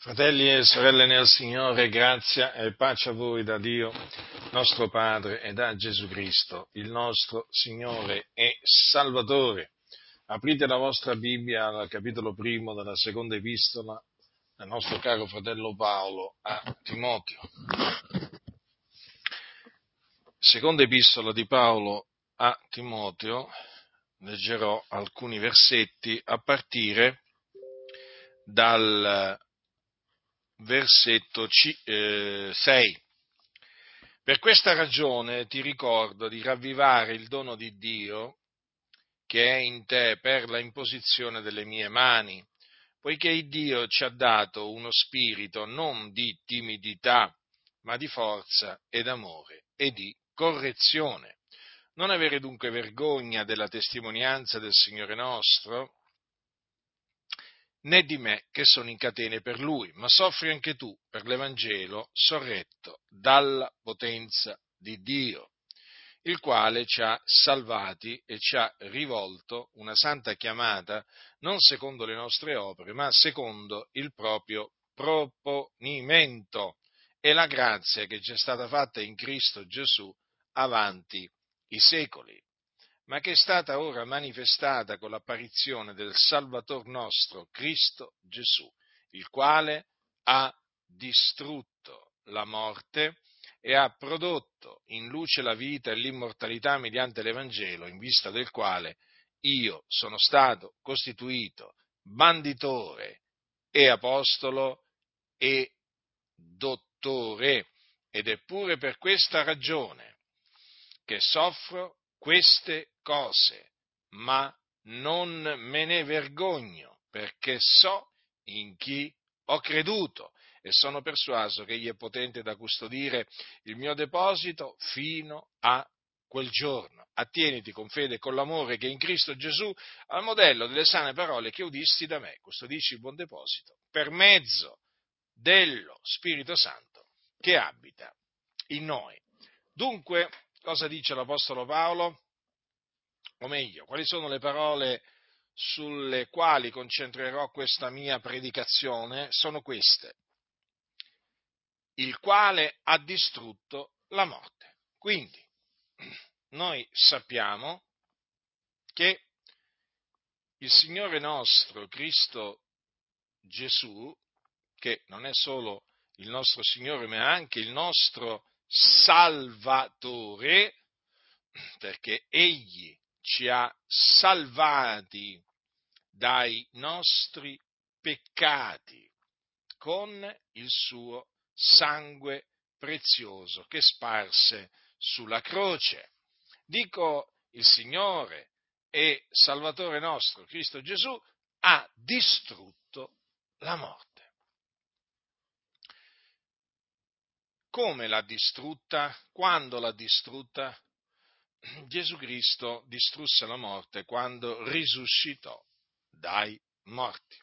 Fratelli e sorelle nel Signore, grazia e pace a voi da Dio, nostro Padre, e da Gesù Cristo, il nostro Signore e Salvatore. Aprite la vostra Bibbia al capitolo primo della seconda epistola del nostro caro fratello Paolo a Timoteo. Seconda epistola di Paolo a Timoteo, leggerò alcuni versetti a partire dal versetto 6. Per questa ragione ti ricordo di ravvivare il dono di Dio che è in te per la imposizione delle mie mani, poiché Dio ci ha dato uno spirito non di timidità, ma di forza ed amore e di correzione. Non avere dunque vergogna della testimonianza del Signore nostro, né di me che sono in catene per Lui, ma soffri anche tu per l'Evangelo sorretto dalla potenza di Dio, il quale ci ha salvati e ci ha rivolto una santa chiamata non secondo le nostre opere, ma secondo il proprio proponimento e la grazia che ci è stata fatta in Cristo Gesù avanti i secoli, ma che è stata ora manifestata con l'apparizione del Salvator nostro, Cristo Gesù, il quale ha distrutto la morte e ha prodotto in luce la vita e l'immortalità mediante l'Evangelo, in vista del quale io sono stato costituito banditore e apostolo e dottore, ed è pure per questa ragione che soffro queste cose, ma non me ne vergogno, perché so in chi ho creduto e sono persuaso che egli è potente da custodire il mio deposito fino a quel giorno. Attieniti con fede e con l'amore che è in Cristo Gesù al modello delle sane parole che udisti da me. Custodisci il buon deposito per mezzo dello Spirito Santo che abita in noi. Dunque, cosa dice l'Apostolo Paolo? O meglio, quali sono le parole sulle quali concentrerò questa mia predicazione? Sono queste: il quale ha distrutto la morte. Quindi, noi sappiamo che il Signore nostro, Cristo Gesù, che non è solo il nostro Signore, ma è anche il nostro Salvatore, perché Egli ci ha salvati dai nostri peccati con il suo sangue prezioso che sparse sulla croce. Dico, il Signore e Salvatore nostro, Cristo Gesù, ha distrutto la morte. Come l'ha distrutta? Quando l'ha distrutta? Gesù Cristo distrusse la morte quando risuscitò dai morti.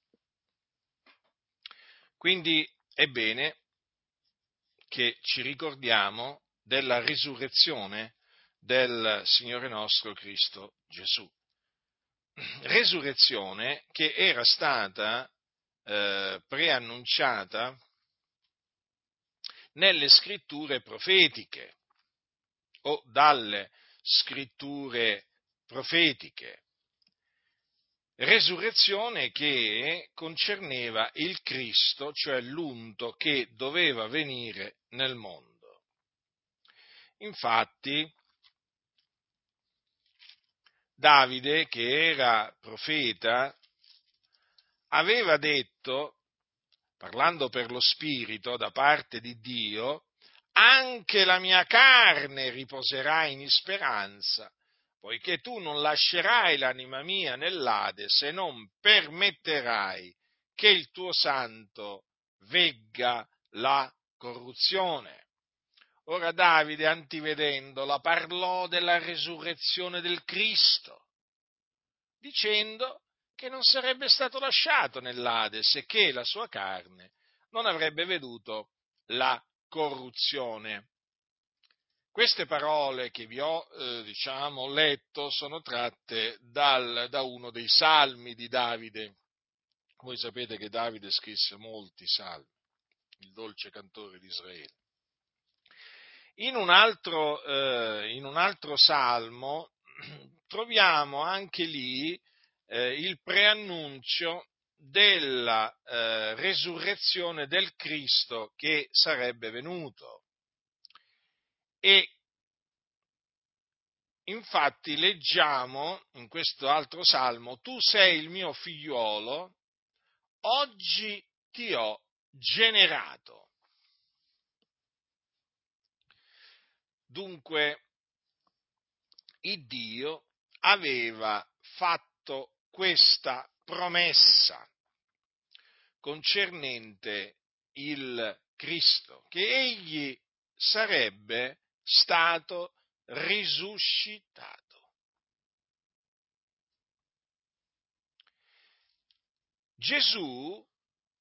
Quindi è bene che ci ricordiamo della risurrezione del Signore nostro Cristo Gesù. Resurrezione che era stata preannunciata nelle scritture profetiche o dalle scritture profetiche. Resurrezione che concerneva il Cristo, cioè l'unto che doveva venire nel mondo. Infatti, Davide, che era profeta, aveva detto, parlando per lo Spirito da parte di Dio, anche la mia carne riposerà in speranza, poiché tu non lascerai l'anima mia nell'Ade se non permetterai che il tuo santo vegga la corruzione. Ora Davide, antivedendola, parlò della resurrezione del Cristo, dicendo che non sarebbe stato lasciato nell'Ades e che la sua carne non avrebbe veduto la corruzione. Queste parole che vi ho letto sono tratte da uno dei salmi di Davide, Voi sapete che Davide scrisse molti salmi, il dolce cantore di Israele. In un altro salmo troviamo anche lì il preannuncio della resurrezione del Cristo che sarebbe venuto. E infatti leggiamo in questo altro salmo: tu sei il mio figliuolo, oggi ti ho generato. Dunque, il Dio aveva fatto questa promessa concernente il Cristo, che egli sarebbe stato risuscitato. Gesù,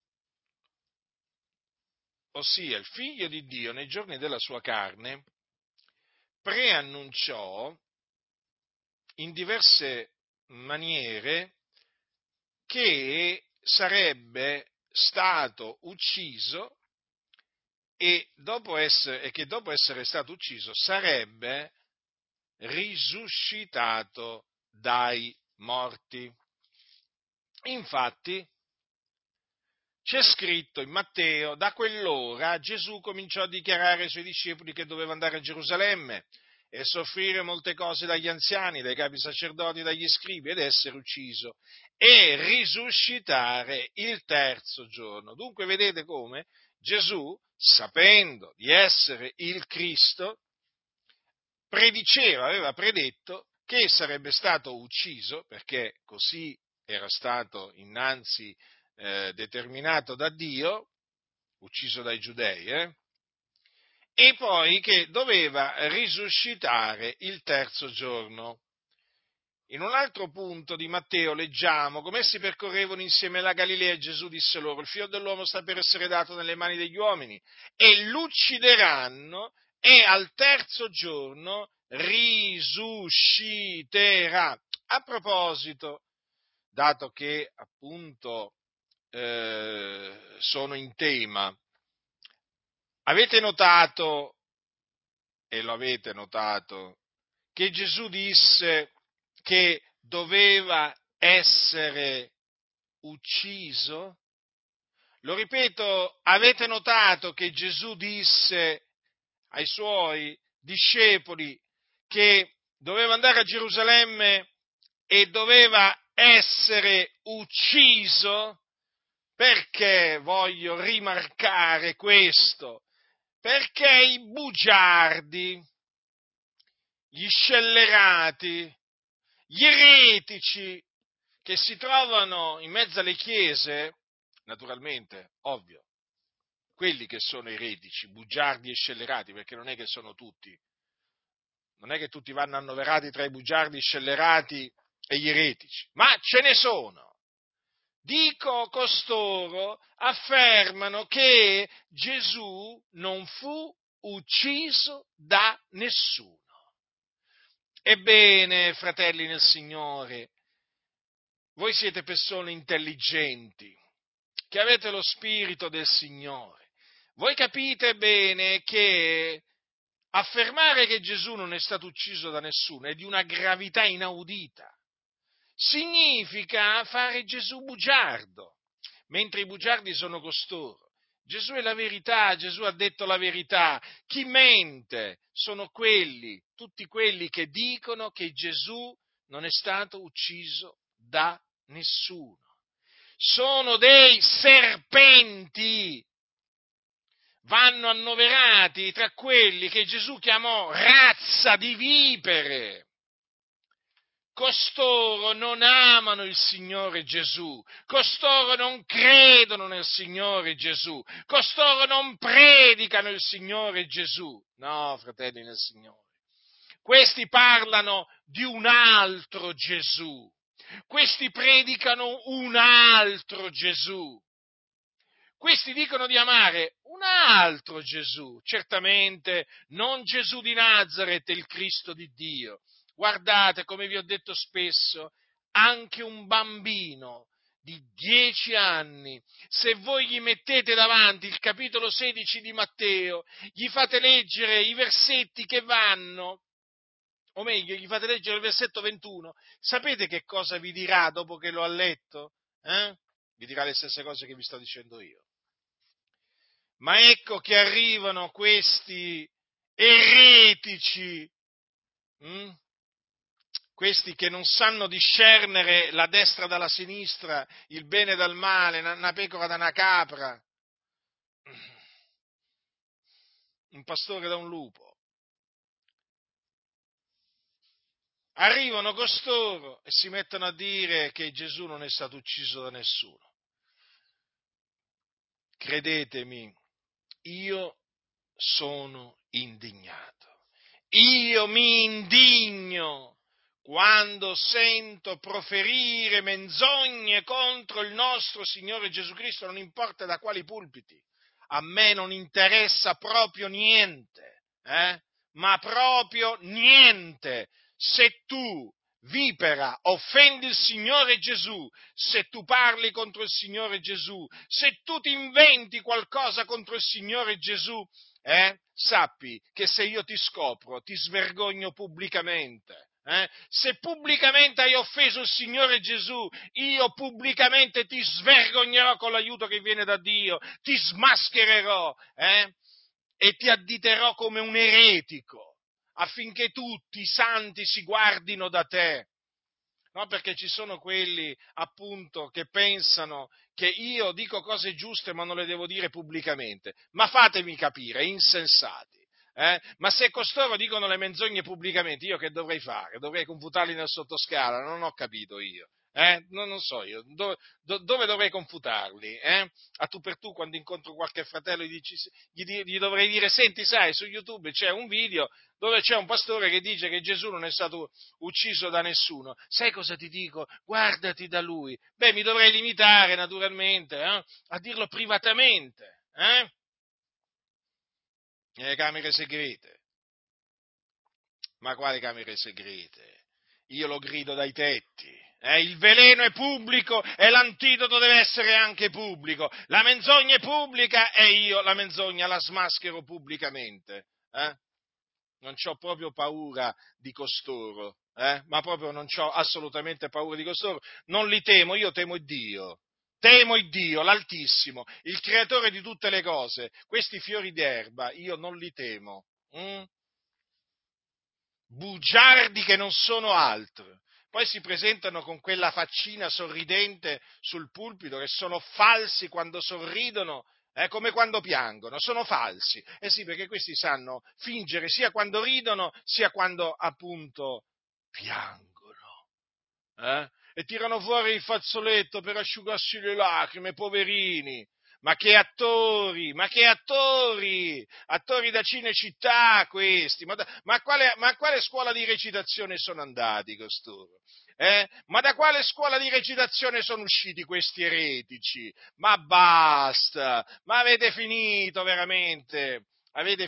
ossia il Figlio di Dio, nei giorni della sua carne, preannunciò in diverse maniere che sarebbe stato ucciso e che dopo essere stato ucciso sarebbe risuscitato dai morti. Infatti, c'è scritto in Matteo: da quell'ora Gesù cominciò a dichiarare ai suoi discepoli che doveva andare a Gerusalemme e soffrire molte cose dagli anziani, dai capi sacerdoti, dagli scribi, ed essere ucciso e risuscitare il terzo giorno. Dunque vedete come Gesù, sapendo di essere il Cristo, aveva predetto che sarebbe stato ucciso, perché così era stato innanzi determinato da Dio, ucciso dai giudei, e poi che doveva risuscitare il terzo giorno. In un altro punto di Matteo leggiamo: come essi percorrevano insieme la Galilea, Gesù disse loro: il figlio dell'uomo sta per essere dato nelle mani degli uomini e l'uccideranno, e al terzo giorno risusciterà. A proposito, dato che appunto sono in tema, avete notato, e lo avete notato, che Gesù disse che doveva essere ucciso? Lo ripeto, avete notato che Gesù disse ai suoi discepoli che doveva andare a Gerusalemme e doveva essere ucciso? Perché voglio rimarcare questo? Perché i bugiardi, gli scellerati, gli eretici che si trovano in mezzo alle chiese, naturalmente, ovvio, quelli che sono eretici, bugiardi e scellerati, perché non è che sono tutti, non è che tutti vanno annoverati tra i bugiardi, scellerati e gli eretici, ma ce ne sono. Dico, costoro affermano che Gesù non fu ucciso da nessuno. Ebbene, fratelli nel Signore, voi siete persone intelligenti, che avete lo Spirito del Signore. Voi capite bene che affermare che Gesù non è stato ucciso da nessuno è di una gravità inaudita. Significa fare Gesù bugiardo, mentre i bugiardi sono costoro. Gesù è la verità, Gesù ha detto la verità. Chi mente sono tutti quelli che dicono che Gesù non è stato ucciso da nessuno. Sono dei serpenti, vanno annoverati tra quelli che Gesù chiamò razza di vipere. Costoro non amano il Signore Gesù, costoro non credono nel Signore Gesù, costoro non predicano il Signore Gesù. No, fratelli nel Signore, questi parlano di un altro Gesù, questi predicano un altro Gesù, questi dicono di amare un altro Gesù, certamente non Gesù di Nazaret, il Cristo di Dio. Guardate, come vi ho detto spesso, anche un bambino di 10 anni. Se voi gli mettete davanti il capitolo 16 di Matteo, gli fate leggere i versetti che vanno, o meglio, gli fate leggere il versetto 21, sapete che cosa vi dirà dopo che lo ha letto? Vi dirà le stesse cose che vi sto dicendo io. Ma ecco che arrivano questi eretici, questi che non sanno discernere la destra dalla sinistra, il bene dal male, una pecora da una capra, un pastore da un lupo. Arrivano costoro e si mettono a dire che Gesù non è stato ucciso da nessuno. Credetemi, io sono indignato. Io mi indigno quando sento proferire menzogne contro il nostro Signore Gesù Cristo, non importa da quali pulpiti. A me non interessa proprio niente, ma proprio niente. Se tu, vipera, offendi il Signore Gesù, se tu parli contro il Signore Gesù, se tu ti inventi qualcosa contro il Signore Gesù, sappi che se io ti scopro, ti svergogno pubblicamente. Se pubblicamente hai offeso il Signore Gesù, io pubblicamente ti svergognerò con l'aiuto che viene da Dio, ti smaschererò e ti additerò come un eretico, affinché tutti i santi si guardino da te. No, perché ci sono quelli, appunto, che pensano che io dico cose giuste ma non le devo dire pubblicamente. Ma fatemi capire, insensati. Ma se costoro dicono le menzogne pubblicamente, io che dovrei fare? Dovrei confutarli nel sottoscala? Non ho capito io. Non so io. Dove dovrei confutarli? A tu per tu, quando incontro qualche fratello, gli dovrei dire, senti, sai, su YouTube c'è un video dove c'è un pastore che dice che Gesù non è stato ucciso da nessuno. Sai cosa ti dico? Guardati da lui. Beh, mi dovrei limitare, naturalmente, a dirlo privatamente, nelle camere segrete. Ma quali camere segrete? Io lo grido dai tetti. Il veleno è pubblico e l'antidoto deve essere anche pubblico. La menzogna è pubblica e io la menzogna la smaschero pubblicamente. Non c'ho proprio paura di costoro, ma proprio non c'ho assolutamente paura di costoro. Non li temo, io temo Dio. Temo il Dio, l'Altissimo, il creatore di tutte le cose. Questi fiori d'erba io non li temo. Bugiardi che non sono altro. Poi si presentano con quella faccina sorridente sul pulpito, che sono falsi quando sorridono, come quando piangono, sono falsi. Eh sì, perché questi sanno fingere sia quando ridono, sia quando appunto piangono. E tirano fuori il fazzoletto per asciugarsi le lacrime, poverini. Ma che attori, attori da Cinecittà questi, ma a quale scuola di recitazione sono andati costoro? Ma da quale scuola di recitazione sono usciti questi eretici? Ma basta, ma avete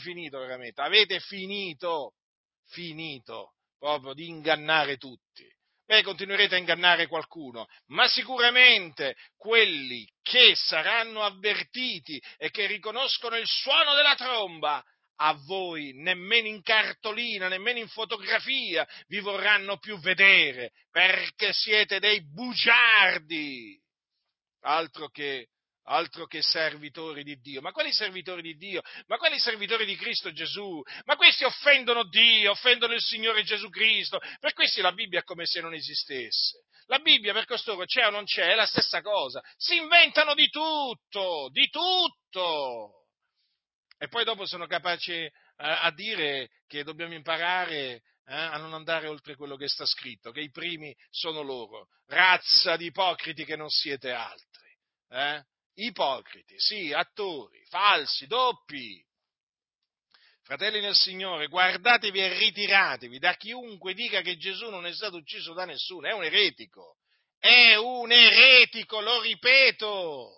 finito proprio di ingannare tutti. Beh, continuerete a ingannare qualcuno, ma sicuramente quelli che saranno avvertiti e che riconoscono il suono della tromba, a voi nemmeno in cartolina, nemmeno in fotografia vi vorranno più vedere, perché siete dei bugiardi. Altro che, altro che servitori di Dio. Ma quali servitori di Dio? Ma quali servitori di Cristo Gesù? Ma questi offendono Dio, offendono il Signore Gesù Cristo. Per questi la Bibbia è come se non esistesse. La Bibbia per costoro c'è o non c'è, è la stessa cosa. Si inventano di tutto, di tutto. E poi dopo sono capaci a dire che dobbiamo imparare a non andare oltre quello che sta scritto, che i primi sono loro, razza di ipocriti che non siete altri. Ipocriti, sì, attori, falsi, doppi. Fratelli nel Signore, guardatevi e ritiratevi da chiunque dica che Gesù non è stato ucciso da nessuno, è un eretico, lo ripeto.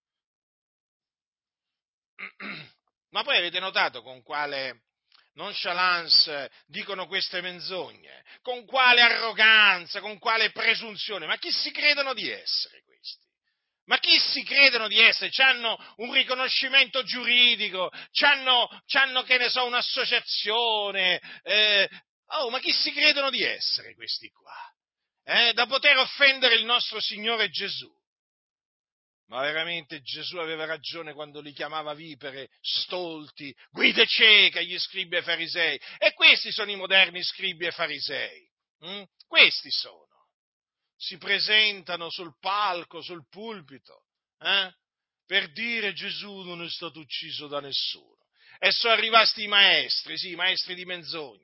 Ma poi avete notato con quale nonchalance dicono queste menzogne? Con quale arroganza, con quale presunzione? Ma chi si credono di essere questi? Ma chi si credono di essere? C'hanno un riconoscimento giuridico, c'hanno che ne so, un'associazione. Ma chi si credono di essere questi qua? Da poter offendere il nostro Signore Gesù. Ma veramente Gesù aveva ragione quando li chiamava vipere, stolti, guide cieche agli scribi e farisei. E questi sono i moderni scribi e farisei. Questi sono. Si presentano sul palco, sul pulpito, per dire Gesù non è stato ucciso da nessuno. E sono arrivati i maestri, sì, i maestri di menzogna.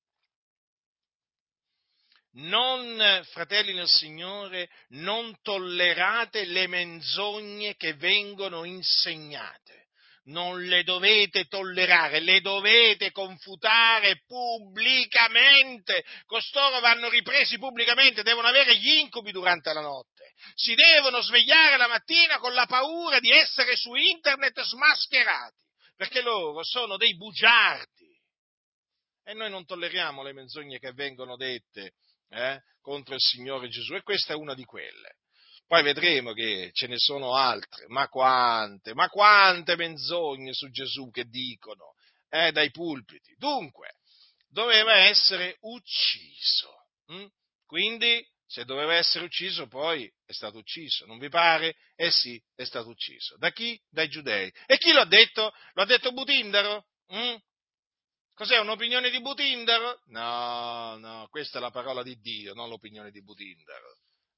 Non, fratelli nel Signore, non tollerate le menzogne che vengono insegnate. Non le dovete tollerare, le dovete confutare pubblicamente. Costoro vanno ripresi pubblicamente, devono avere gli incubi durante la notte. Si devono svegliare la mattina con la paura di essere su internet smascherati, perché loro sono dei bugiardi. E noi non tolleriamo le menzogne che vengono dette contro il Signore Gesù, e questa è una di quelle. Poi vedremo che ce ne sono altre, ma quante menzogne su Gesù che dicono dai pulpiti. Dunque, doveva essere ucciso. Quindi, se doveva essere ucciso, poi è stato ucciso. Non vi pare? Eh sì, è stato ucciso. Da chi? Dai giudei. E chi lo ha detto? Lo ha detto Butindaro? Cos'è, un'opinione di Butindaro? No, questa è la parola di Dio, non l'opinione di Butindaro.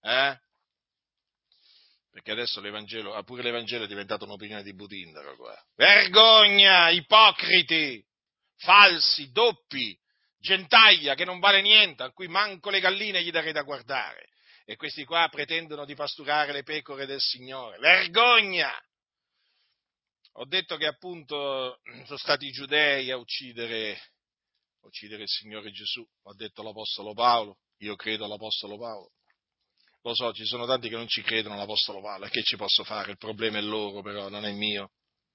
Perché adesso l'Evangelo, pure l'Evangelo è diventato un'opinione di Butindaro qua. Vergogna, ipocriti, falsi, doppi, gentaglia che non vale niente, a cui manco le galline gli darei da guardare. E questi qua pretendono di pasturare le pecore del Signore. Vergogna! Ho detto che appunto sono stati i giudei a uccidere il Signore Gesù, ho detto l'Apostolo Paolo, io credo all'Apostolo Paolo. Lo so, ci sono tanti che non ci credono all'Apostolo Paolo, e che ci posso fare? Il problema è loro, però, non è mio.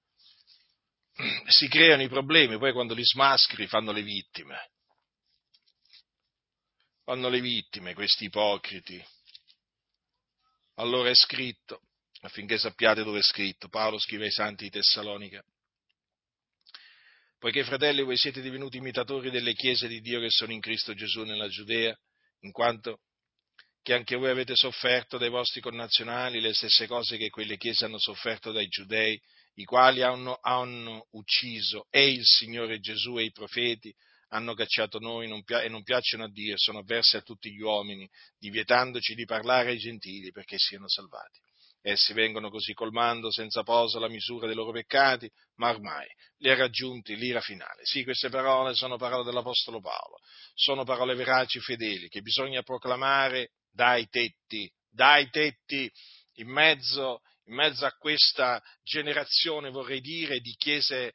Si creano i problemi, poi quando li smascheri fanno le vittime. Fanno le vittime questi ipocriti. Allora è scritto, affinché sappiate dove è scritto, Paolo scrive ai santi di Tessalonica: poiché, fratelli, voi siete divenuti imitatori delle chiese di Dio che sono in Cristo Gesù nella Giudea, in quanto che anche voi avete sofferto dai vostri connazionali le stesse cose che quelle chiese hanno sofferto dai giudei, i quali hanno ucciso e il Signore Gesù e i profeti, hanno cacciato noi e non piacciono a Dio e sono avversi a tutti gli uomini, divietandoci di parlare ai gentili perché siano salvati. Essi vengono così colmando senza posa la misura dei loro peccati, ma ormai li ha raggiunti l'ira finale. Sì, queste parole sono parole dell'Apostolo Paolo, sono parole veraci, fedeli, che bisogna proclamare dai tetti, in mezzo a questa generazione, vorrei dire, di chiese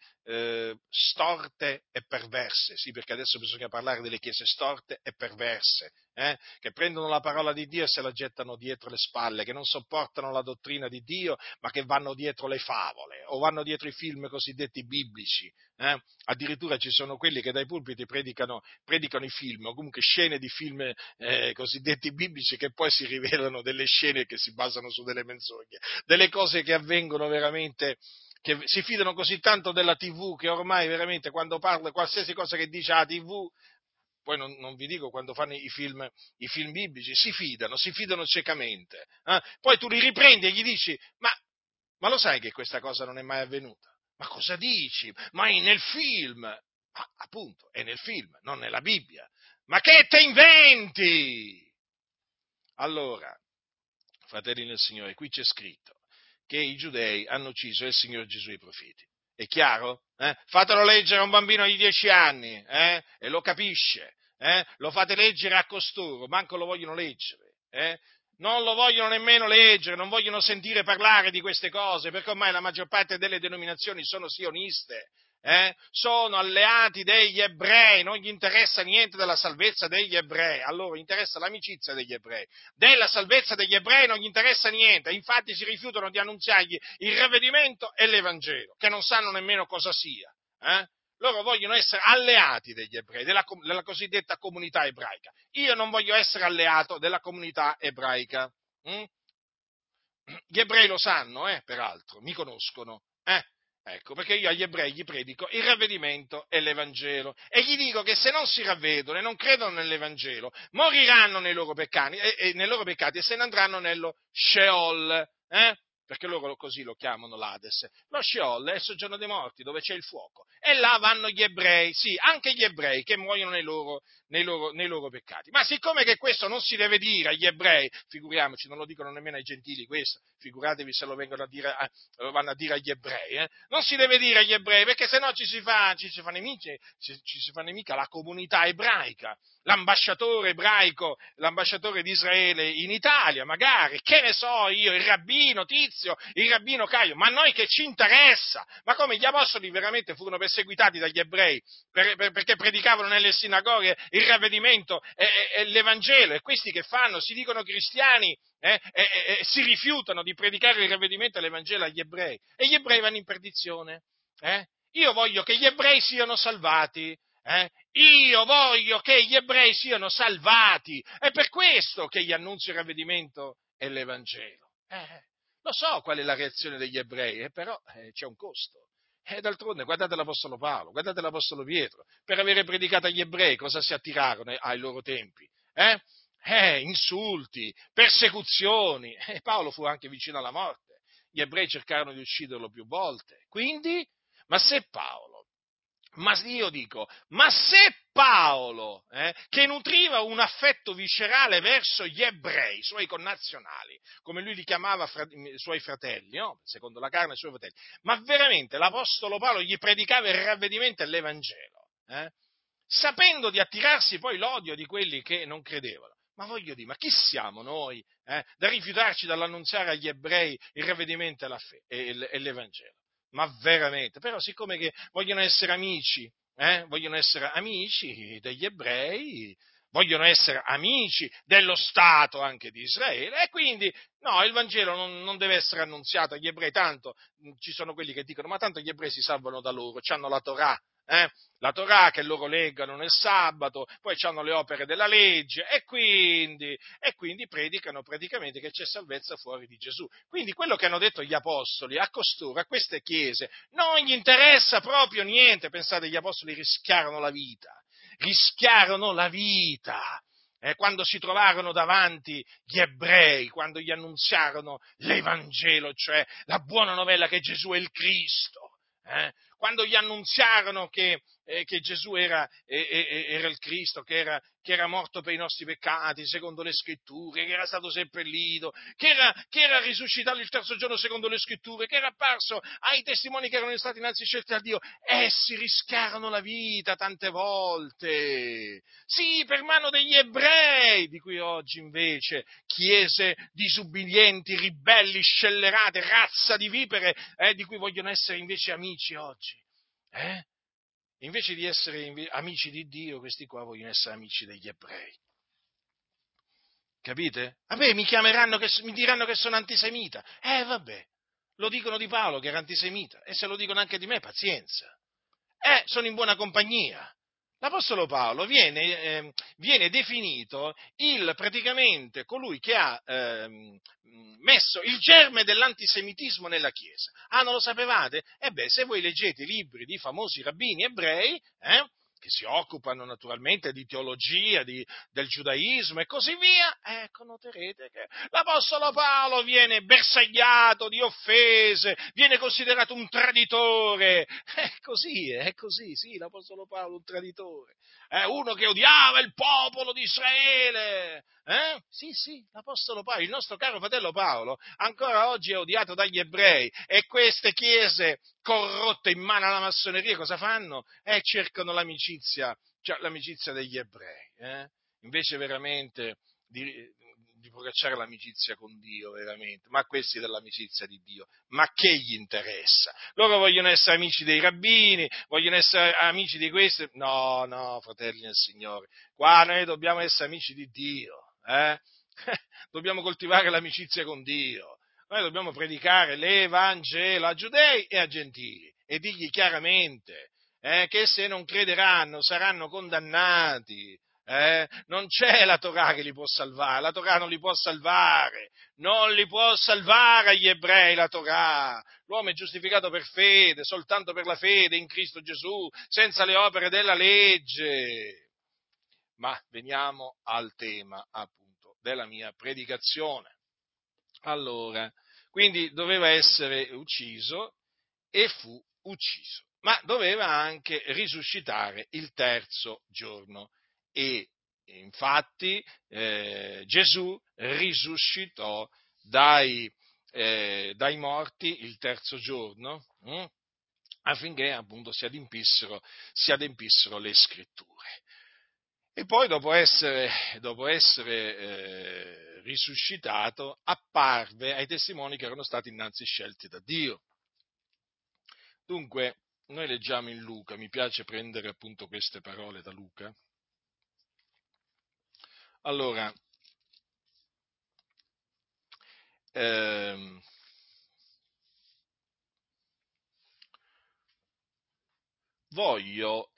storte e perverse. Sì, perché adesso bisogna parlare delle chiese storte e perverse, che prendono la parola di Dio e se la gettano dietro le spalle, che non sopportano la dottrina di Dio, ma che vanno dietro le favole o vanno dietro i film cosiddetti biblici. Addirittura ci sono quelli che dai pulpiti predicano i film, o comunque scene di film cosiddetti biblici, che poi si rivelano delle scene che si basano su delle menzogne, delle cose che avvengono veramente, che si fidano così tanto della TV che ormai veramente quando parla qualsiasi cosa che dice la TV, poi non vi dico quando fanno i film biblici, si fidano ciecamente. Poi tu li riprendi e gli dici, ma lo sai che questa cosa non è mai avvenuta? Ma cosa dici? Ma è nel film. Appunto, è nel film, non nella Bibbia. Ma che te inventi? Allora, fratelli nel Signore, qui c'è scritto che i giudei hanno ucciso il Signore Gesù e i profeti. È chiaro? Fatelo leggere a un bambino di 10 anni, e lo capisce. Lo fate leggere a costoro, manco lo vogliono leggere. Non lo vogliono nemmeno leggere, non vogliono sentire parlare di queste cose, perché ormai la maggior parte delle denominazioni sono sioniste. Sono alleati degli ebrei, non gli interessa niente della salvezza degli ebrei, a loro interessa l'amicizia degli ebrei, della salvezza degli ebrei non gli interessa niente, infatti si rifiutano di annunziargli il ravvedimento e l'Evangelo, che non sanno nemmeno cosa sia. Loro vogliono essere alleati degli ebrei, della cosiddetta comunità ebraica. Io non voglio essere alleato della comunità ebraica. Gli ebrei lo sanno, peraltro, mi conoscono, Ecco, perché io agli ebrei gli predico il ravvedimento e l'Evangelo e gli dico che se non si ravvedono e non credono nell'Evangelo, moriranno nei loro peccati e se ne andranno nello Sheol, perché loro così lo chiamano l'Ades. Lo Sheol è il soggiorno dei morti, dove c'è il fuoco, e là vanno gli ebrei, sì, anche gli ebrei che muoiono nei loro peccati. Ma siccome che questo non si deve dire agli ebrei, figuriamoci, non lo dicono nemmeno ai gentili questo, figuratevi se lo vengono a dire lo vanno a dire agli ebrei, non si deve dire agli ebrei perché sennò ci si fa nemica la comunità ebraica, l'ambasciatore ebraico, l'ambasciatore di Israele in Italia, magari, che ne so io, il rabbino Tizio, il rabbino Caio, ma a noi che ci interessa? Ma come gli apostoli veramente furono perseguitati dagli ebrei perché predicavano nelle sinagoghe il ravvedimento e l'Evangelo, e questi che fanno? Si dicono cristiani, si rifiutano di predicare il ravvedimento e l'Evangelo agli ebrei, e gli ebrei vanno in perdizione. Io voglio che gli ebrei siano salvati. Io voglio che gli ebrei siano salvati. È per questo che gli annunzio il ravvedimento e l'Evangelo. Lo so qual è la reazione degli ebrei, però c'è un costo. D'altronde, guardate l'Apostolo Paolo, guardate l'Apostolo Pietro, per avere predicato agli ebrei cosa si attirarono ai loro tempi? Insulti, persecuzioni. Paolo fu anche vicino alla morte. Gli ebrei cercarono di ucciderlo più volte. Quindi, ma se Paolo, ma se Paolo, che nutriva un affetto viscerale verso gli ebrei, i suoi connazionali, come lui li chiamava i suoi fratelli, no? Secondo la carne i suoi fratelli, ma veramente l'Apostolo Paolo gli predicava il ravvedimento e l'Evangelo, sapendo di attirarsi poi l'odio di quelli che non credevano. Ma voglio dire, ma chi siamo noi da rifiutarci dall'annunziare agli ebrei il ravvedimento e l'Evangelo? Ma veramente, però siccome che vogliono essere amici degli ebrei, vogliono essere amici dello Stato anche di Israele, e quindi no, il Vangelo non deve essere annunziato agli ebrei, tanto ci sono quelli che dicono, ma tanto gli ebrei si salvano da loro, hanno la Torah, la Torah che loro leggano nel sabato, poi hanno le opere della legge e quindi predicano praticamente che c'è salvezza fuori di Gesù. Quindi quello che hanno detto gli apostoli a costoro, a queste chiese, non gli interessa proprio niente. Pensate, gli apostoli rischiarono la vita. Quando si trovarono davanti gli ebrei, quando gli annunziarono l'Evangelo, cioè la buona novella che Gesù è il Cristo, quando gli annunziarono che Gesù era il Cristo, che era morto per i nostri peccati, secondo le scritture, che era stato seppellito, che era risuscitato il terzo giorno secondo le scritture, che era apparso ai testimoni che erano stati innanzi scelti da Dio, essi rischiarono la vita tante volte, sì, per mano degli ebrei, di cui oggi invece chiese disubbidienti, ribelli, scellerate, razza di vipere, di cui vogliono essere invece amici oggi. Invece di essere amici di Dio, questi qua vogliono essere amici degli ebrei. Capite? A me mi diranno che sono antisemita. Vabbè, lo dicono di Paolo che era antisemita, e se lo dicono anche di me, pazienza. Sono in buona compagnia. L'Apostolo Paolo viene definito praticamente colui che ha messo il germe dell'antisemitismo nella Chiesa. Non lo sapevate? Se voi leggete i libri di famosi rabbini ebrei, che si occupano naturalmente di teologia, del giudaismo e così via, noterete che l'Apostolo Paolo viene bersagliato di offese, viene considerato un traditore. È così, sì, l'Apostolo Paolo un traditore. Uno che odiava il popolo di Israele. Sì, l'Apostolo Paolo, il nostro caro fratello Paolo, ancora oggi è odiato dagli ebrei, e queste chiese corrotte in mano alla massoneria cosa fanno? Cercano l'amicizia, cioè l'amicizia degli ebrei, invece veramente di procacciare l'amicizia con Dio, veramente, ma questi dell'amicizia di Dio, ma che gli interessa? Loro vogliono essere amici dei rabbini, vogliono essere amici di questi, no, fratelli del Signore, qua noi dobbiamo essere amici di Dio, dobbiamo coltivare l'amicizia con Dio, noi dobbiamo predicare l'Evangelo a giudei e a gentili, e dirgli chiaramente che se non crederanno saranno condannati. Non c'è la Torah che li può salvare, la Torah non li può salvare, non li può salvare agli ebrei la Torah. L'uomo è giustificato per fede, soltanto per la fede in Cristo Gesù, senza le opere della legge. Ma veniamo al tema, appunto, della mia predicazione. Allora, quindi doveva essere ucciso e fu ucciso, ma doveva anche risuscitare il terzo giorno. E infatti Gesù risuscitò dai morti il terzo giorno, affinché appunto si adempissero le scritture. E poi dopo essere risuscitato, apparve ai testimoni che erano stati innanzi scelti da Dio. Dunque, noi leggiamo in Luca, mi piace prendere appunto queste parole da Luca. Allora, ehm, voglio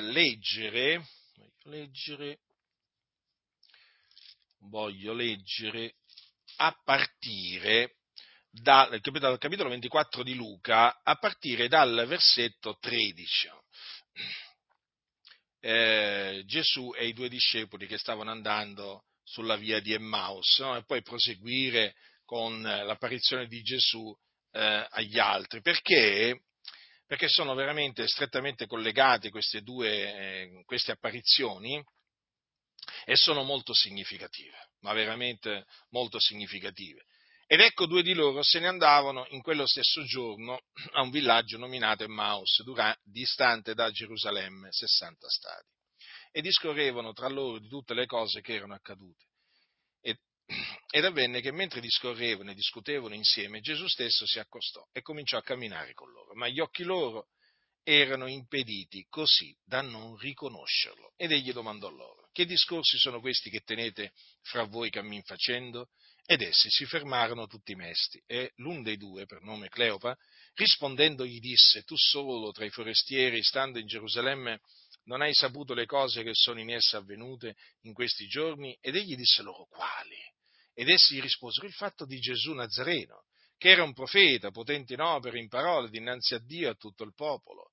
leggere a partire dal capitolo 24 di Luca, a partire dal versetto 13. Gesù e i due discepoli che stavano andando sulla via di Emmaus, no? E poi proseguire con l'apparizione di Gesù agli altri, perché sono veramente strettamente collegate queste apparizioni e sono molto significative, ma veramente molto significative. Ed ecco, due di loro se ne andavano in quello stesso giorno a un villaggio nominato Emmaus, distante da Gerusalemme 60 stadi, e discorrevano tra loro di tutte le cose che erano accadute. Ed avvenne che mentre discorrevano e discutevano insieme, Gesù stesso si accostò e cominciò a camminare con loro, ma gli occhi loro erano impediti così da non riconoscerlo. Ed egli domandò loro: che discorsi sono questi che tenete fra voi cammin facendo? Ed essi si fermarono tutti mesti, e l'un dei due, per nome Cleopa, rispondendo gli disse: tu solo tra i forestieri, stando in Gerusalemme, non hai saputo le cose che sono in essa avvenute in questi giorni? Ed egli disse loro: quali? Ed essi gli risposero: il fatto di Gesù Nazareno, che era un profeta, potente in opere, in parole, dinanzi a Dio e a tutto il popolo.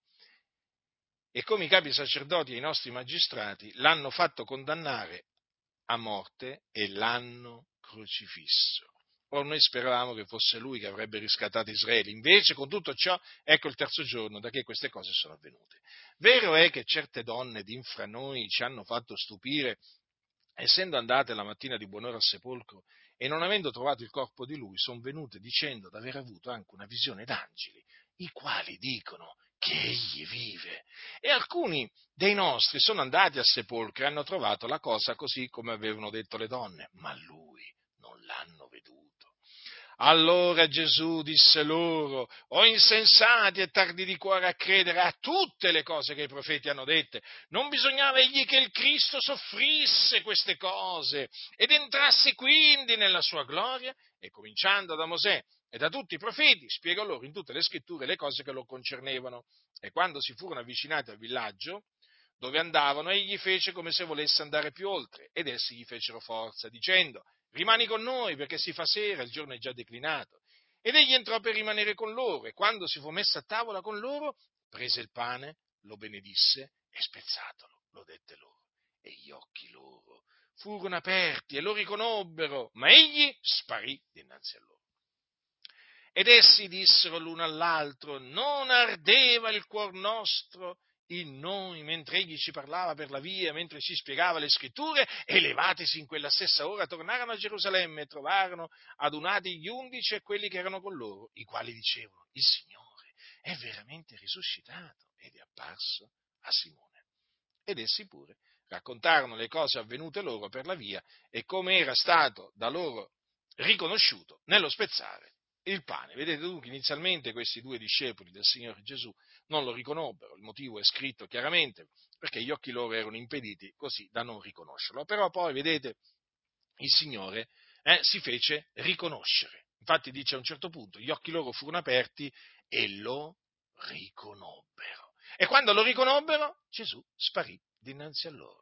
E come i capi sacerdoti e i nostri magistrati l'hanno fatto condannare a morte e l'hanno crocifisso. Ora noi speravamo che fosse lui che avrebbe riscattato Israele, invece con tutto ciò, ecco il terzo giorno da che queste cose sono avvenute. Vero è che certe donne d'infra noi ci hanno fatto stupire, essendo andate la mattina di buon'ora al sepolcro e non avendo trovato il corpo di lui, sono venute dicendo di aver avuto anche una visione d'angeli, i quali dicono che egli vive. E alcuni dei nostri sono andati al sepolcro e hanno trovato la cosa così come avevano detto le donne, ma lui non l'hanno veduto. Allora Gesù disse loro: o insensati e tardi di cuore a credere a tutte le cose che i profeti hanno dette, non bisognava egli che il Cristo soffrisse queste cose ed entrasse quindi nella sua gloria? E cominciando da Mosè e da tutti i profeti, spiegò loro in tutte le scritture le cose che lo concernevano. E quando si furono avvicinati al villaggio dove andavano, egli fece come se volesse andare più oltre, ed essi gli fecero forza, dicendo: rimani con noi, perché si fa sera, il giorno è già declinato. Ed egli entrò per rimanere con loro, e quando si fu messo a tavola con loro, prese il pane, lo benedisse e spezzatolo, lo dette loro. E gli occhi loro furono aperti e lo riconobbero, ma egli sparì dinanzi a loro. Ed essi dissero l'uno all'altro: non ardeva il cuor nostro in noi, mentre egli ci parlava per la via, mentre ci spiegava le scritture, e levatisi in quella stessa ora tornarono a Gerusalemme e trovarono adunati gli 11 e quelli che erano con loro, i quali dicevano: il Signore è veramente risuscitato ed è apparso a Simone. Ed essi pure raccontarono le cose avvenute loro per la via e come era stato da loro riconosciuto nello spezzare il pane. Vedete dunque, inizialmente questi due discepoli del Signore Gesù non lo riconobbero, il motivo è scritto chiaramente, perché gli occhi loro erano impediti così da non riconoscerlo. Però poi, vedete, il Signore si fece riconoscere. Infatti dice a un certo punto: gli occhi loro furono aperti e lo riconobbero. E quando lo riconobbero, Gesù sparì dinanzi a loro.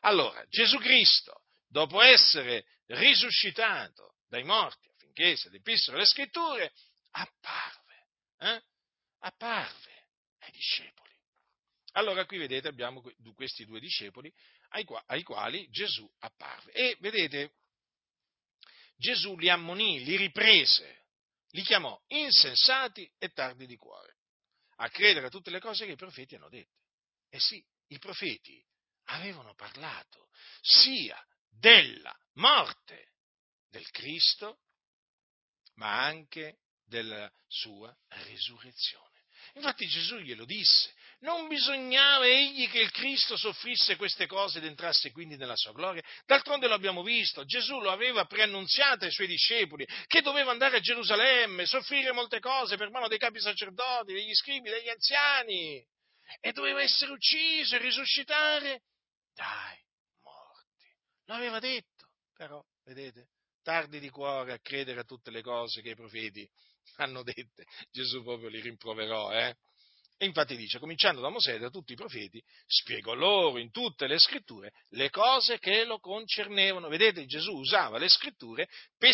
Allora, Gesù Cristo, dopo essere risuscitato dai morti, affinché si adempissero le scritture, eh? apparve ai discepoli. Allora qui vedete abbiamo questi due discepoli ai quali Gesù apparve. E vedete, Gesù li ammonì, li riprese, li chiamò insensati e tardi di cuore, a credere a tutte le cose che i profeti hanno detto. E sì, i profeti avevano parlato sia della morte del Cristo, ma anche della sua risurrezione. Infatti Gesù glielo disse, non bisognava egli che il Cristo soffrisse queste cose ed entrasse quindi nella sua gloria? D'altronde lo abbiamo visto, Gesù lo aveva preannunziato ai suoi discepoli, che doveva andare a Gerusalemme, soffrire molte cose per mano dei capi sacerdoti, degli scribi, degli anziani, e doveva essere ucciso e risuscitare dai morti. Lo aveva detto, però, vedete, tardi di cuore a credere a tutte le cose che i profeti hanno dette. Gesù proprio li rimproverò, E infatti dice, cominciando da Mosè e da tutti i profeti, spiegò loro in tutte le scritture le cose che lo concernevano. Vedete, Gesù usava le scritture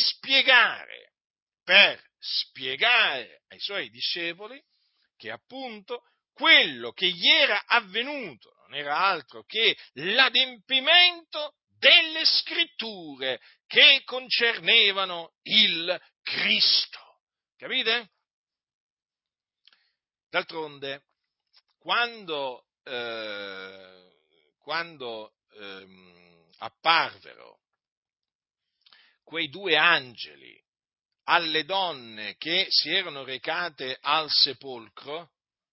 per spiegare ai suoi discepoli che appunto quello che gli era avvenuto non era altro che l'adempimento delle scritture che concernevano il Cristo. Capite? D'altronde, quando apparvero quei due angeli alle donne che si erano recate al sepolcro,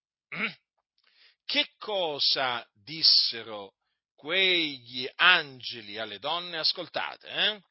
che cosa dissero quegli angeli alle donne? Ascoltate,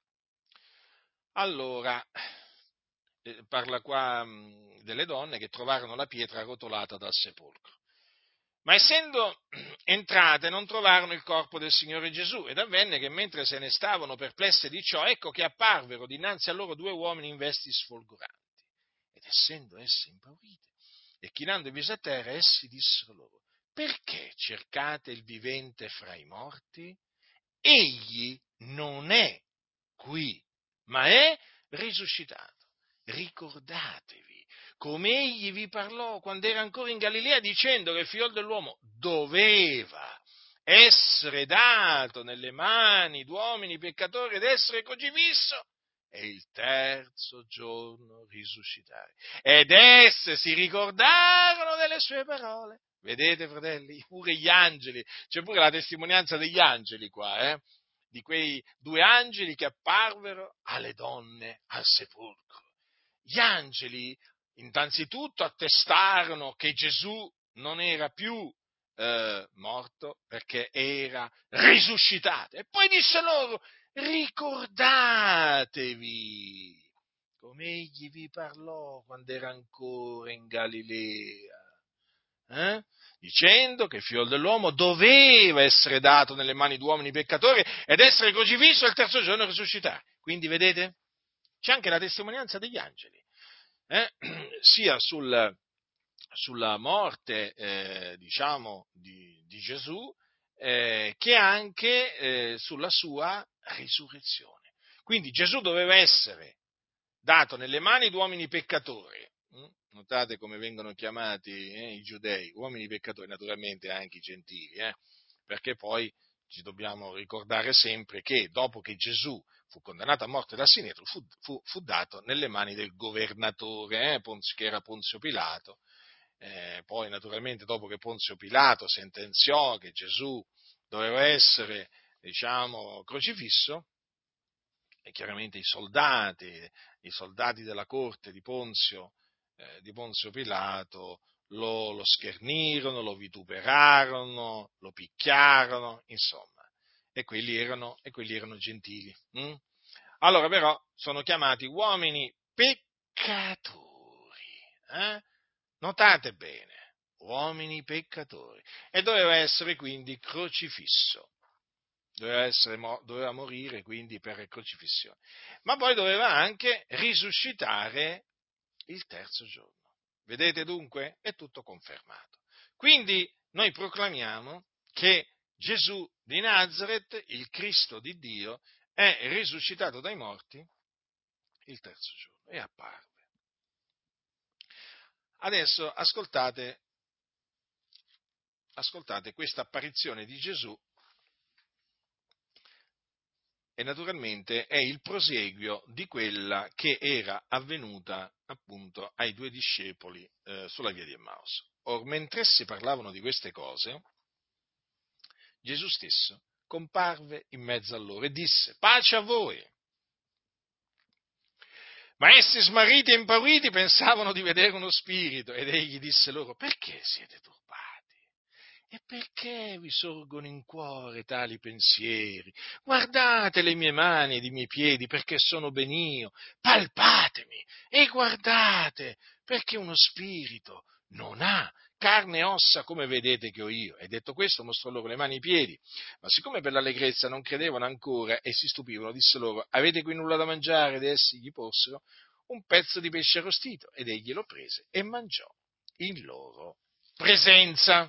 Allora, parla qua delle donne che trovarono la pietra rotolata dal sepolcro. Ma essendo entrate non trovarono il corpo del Signore Gesù, ed avvenne che mentre se ne stavano perplesse di ciò, ecco che apparvero dinanzi a loro due uomini in vesti sfolgoranti. Ed essendo esse impaurite e chinandovi a terra, essi dissero loro: perché cercate il vivente fra i morti? Egli non è qui, ma è risuscitato. Ricordatevi come egli vi parlò quando era ancora in Galilea, dicendo che il figlio dell'uomo doveva essere dato nelle mani d'uomini peccatori ed essere crocifisso e il terzo giorno risuscitare. Ed esse si ricordarono delle sue parole. Vedete, fratelli, pure gli angeli, c'è pure la testimonianza degli angeli qua, di quei due angeli che apparvero alle donne al sepolcro. Gli angeli innanzitutto attestarono che Gesù non era più morto perché era risuscitato. E poi disse loro: ricordatevi come egli vi parlò quando era ancora in Galilea, dicendo che il figlio dell'uomo doveva essere dato nelle mani di uomini peccatori ed essere crocifisso e il terzo giorno risuscitare. Quindi vedete, c'è anche la testimonianza degli angeli, sia sulla morte, diciamo, di Gesù, che anche sulla sua risurrezione. Quindi Gesù doveva essere dato nelle mani di uomini peccatori. Notate come vengono chiamati i giudei, uomini peccatori, naturalmente anche i gentili, perché poi ci dobbiamo ricordare sempre che dopo che Gesù fu condannato a morte da Sinedro, fu dato nelle mani del governatore, che era Ponzio Pilato. Poi naturalmente dopo che Ponzio Pilato sentenziò che Gesù doveva essere, diciamo, crocifisso, e chiaramente i soldati della corte di Ponzio Pilato lo schernirono, lo vituperarono, lo picchiarono, insomma, e quelli erano gentili. Allora però sono chiamati uomini peccatori, Notate bene, uomini peccatori, e doveva essere quindi crocifisso. Doveva morire quindi per crocifissione, ma poi doveva anche risuscitare il terzo giorno. Vedete dunque? È tutto confermato. Quindi noi proclamiamo che Gesù di Nazaret, il Cristo di Dio, è risuscitato dai morti il terzo giorno e apparve. Adesso ascoltate questa apparizione di Gesù e naturalmente è il prosieguo di quella che era avvenuta appunto ai due discepoli sulla via di Emmaus. Or, mentre essi parlavano di queste cose, Gesù stesso comparve in mezzo a loro e disse: pace a voi! Ma essi, smarriti e impauriti, pensavano di vedere uno spirito, ed egli disse loro: perché siete turbati? E perché vi sorgono in cuore tali pensieri? Guardate le mie mani ed i miei piedi, perché sono ben io. Palpatemi e guardate, perché uno spirito non ha carne e ossa come vedete che ho io. E detto questo mostrò loro le mani e i piedi. Ma siccome per l'allegrezza non credevano ancora e si stupivano, disse loro: avete qui nulla da mangiare? Ed essi gli porsero un pezzo di pesce arrostito, ed egli lo prese e mangiò in loro presenza.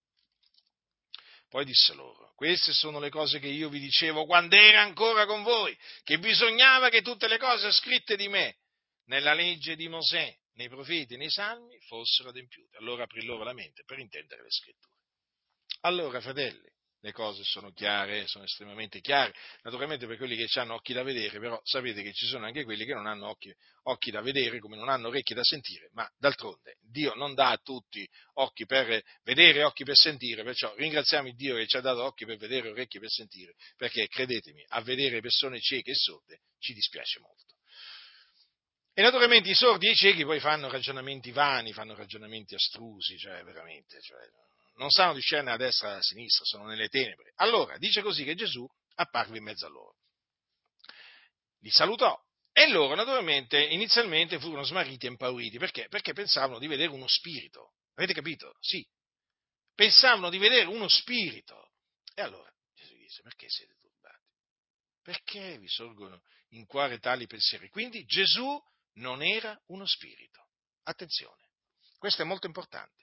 Poi disse loro: queste sono le cose che io vi dicevo quando era ancora con voi, che bisognava che tutte le cose scritte di me nella legge di Mosè, nei profeti e nei salmi fossero adempiute. Allora aprì loro la mente per intendere le scritture. Allora, fratelli, le cose sono chiare, sono estremamente chiare, naturalmente per quelli che hanno occhi da vedere, però sapete che ci sono anche quelli che non hanno occhi da vedere, come non hanno orecchie da sentire, ma d'altronde Dio non dà a tutti occhi per vedere e occhi per sentire, perciò ringraziamo il Dio che ci ha dato occhi per vedere e orecchie per sentire, perché credetemi, a vedere persone cieche e sorde ci dispiace molto. E naturalmente i sordi e i ciechi poi fanno ragionamenti vani, fanno ragionamenti astrusi, cioè veramente, non sanno discernere a destra e a sinistra, sono nelle tenebre. Allora, dice così che Gesù apparve in mezzo a loro, li salutò e loro naturalmente inizialmente furono smarriti e impauriti, perché? Perché pensavano di vedere uno spirito, avete capito? Sì, pensavano di vedere uno spirito. E allora Gesù disse: perché siete turbati? Perché vi sorgono in cuore tali pensieri? Quindi Gesù non era uno spirito. Attenzione, questo è molto importante.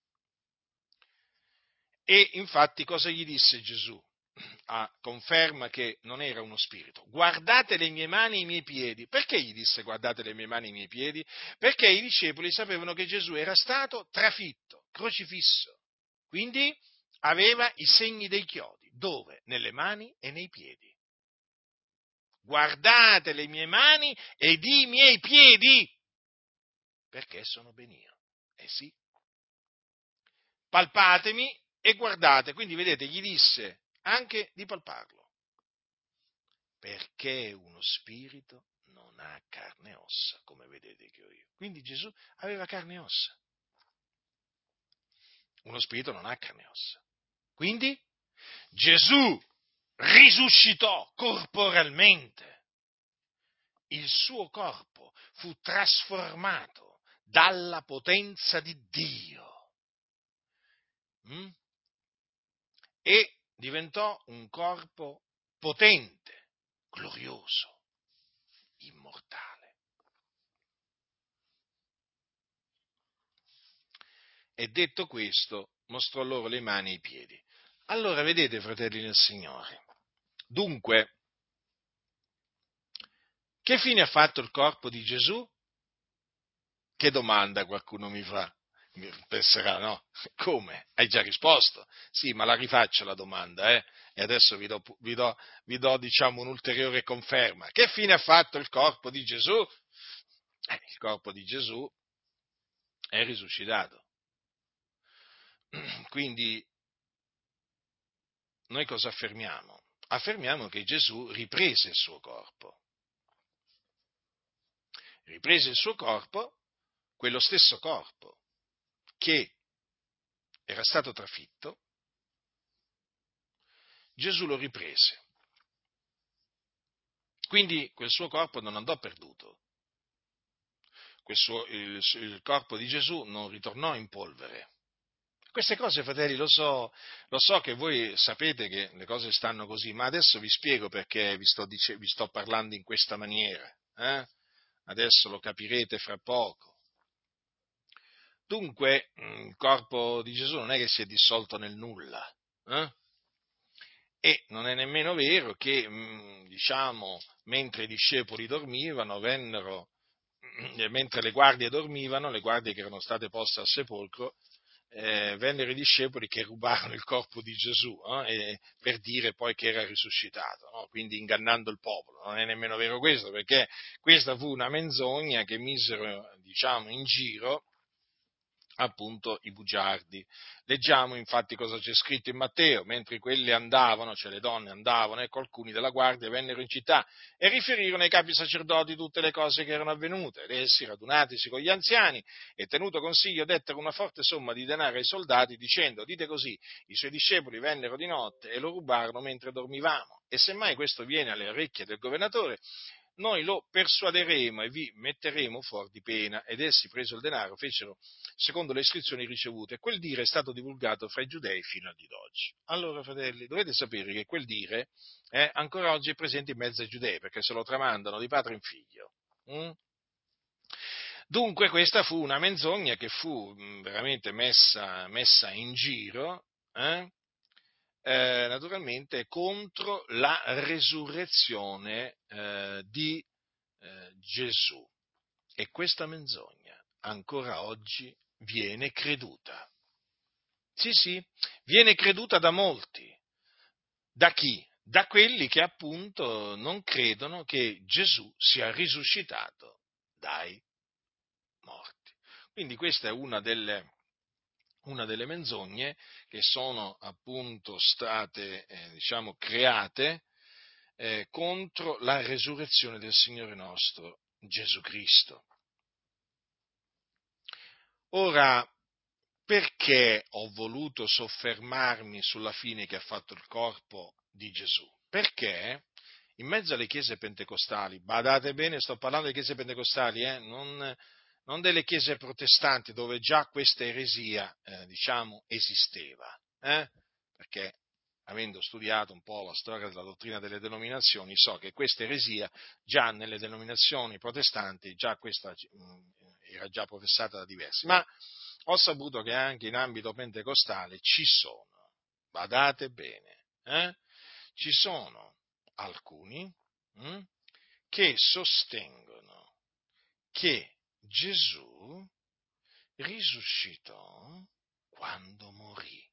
E infatti cosa gli disse Gesù? Conferma che non era uno spirito. Guardate le mie mani e i miei piedi. Perché gli disse guardate le mie mani e i miei piedi? Perché i discepoli sapevano che Gesù era stato trafitto, crocifisso. Quindi aveva i segni dei chiodi. Dove? Nelle mani e nei piedi. Guardate le mie mani ed i miei piedi, perché sono ben io. Eh sì. Palpatemi e guardate. Quindi vedete, gli disse anche di palparlo, perché uno spirito non ha carne e ossa, come vedete che ho io. Quindi Gesù aveva carne e ossa. Uno spirito non ha carne e ossa. Quindi Gesù risuscitò corporalmente. Il suo corpo fu trasformato dalla potenza di Dio e diventò un corpo potente, glorioso, immortale. E detto questo, mostrò loro le mani e i piedi. Allora, vedete, fratelli del Signore, dunque, che fine ha fatto il corpo di Gesù? Che domanda qualcuno mi fa? Penserà, no? Come? Hai già risposto? Sì, ma la rifaccio la domanda, eh? E adesso vi do, diciamo, un'ulteriore conferma. Che fine ha fatto il corpo di Gesù? Il corpo di Gesù è risuscitato. Quindi noi cosa affermiamo? Affermiamo che Gesù riprese il suo corpo. Riprese il suo corpo, quello stesso corpo che era stato trafitto, Gesù lo riprese. Quindi quel suo corpo non andò perduto. Il corpo di Gesù non ritornò in polvere. Queste cose, fratelli, lo so che voi sapete che le cose stanno così, ma adesso vi spiego perché vi sto parlando in questa maniera. Adesso lo capirete fra poco. Dunque, il corpo di Gesù non è che si è dissolto nel nulla. E non è nemmeno vero che, mentre i discepoli dormivano, mentre le guardie dormivano, le guardie che erano state poste al sepolcro, vennero i discepoli che rubarono il corpo di Gesù, per dire poi che era risuscitato, no? Quindi ingannando il popolo. Non è nemmeno vero questo, perché questa fu una menzogna che misero, in giro appunto i bugiardi. Leggiamo infatti cosa c'è scritto in Matteo: mentre quelli andavano, cioè le donne andavano, ecco, alcuni della guardia vennero in città e riferirono ai capi sacerdoti tutte le cose che erano avvenute. Ed essi, radunatisi con gli anziani e tenuto consiglio, dettero una forte somma di denaro ai soldati, dicendo: dite così, i suoi discepoli vennero di notte e lo rubarono mentre dormivamo, e semmai questo viene alle orecchie del governatore, noi lo persuaderemo e vi metteremo fuori di pena. Ed essi, preso il denaro, fecero secondo le istruzioni ricevute. Quel dire è stato divulgato fra i giudei fino a d'oggi. Allora, fratelli, dovete sapere che quel dire ancora oggi è presente in mezzo ai giudei, perché se lo tramandano di padre in figlio. Mm? Dunque questa fu una menzogna che fu veramente messa in giro, naturalmente contro la resurrezione di Gesù. E questa menzogna ancora oggi viene creduta. Sì, sì, viene creduta da molti. Da chi? Da quelli che appunto non credono che Gesù sia risuscitato dai morti. Quindi questa è una delle menzogne che sono appunto state, create contro la resurrezione del Signore nostro Gesù Cristo. Ora, perché ho voluto soffermarmi sulla fine che ha fatto il corpo di Gesù? Perché in mezzo alle chiese pentecostali, badate bene, sto parlando di chiese pentecostali, non delle chiese protestanti dove già questa eresia, esisteva, perché avendo studiato un po' la storia della dottrina delle denominazioni, so che questa eresia già nelle denominazioni protestanti, era già professata da diversi, ma ho saputo che anche in ambito pentecostale ci sono, badate bene, ci sono alcuni che sostengono che Gesù risuscitò quando morì.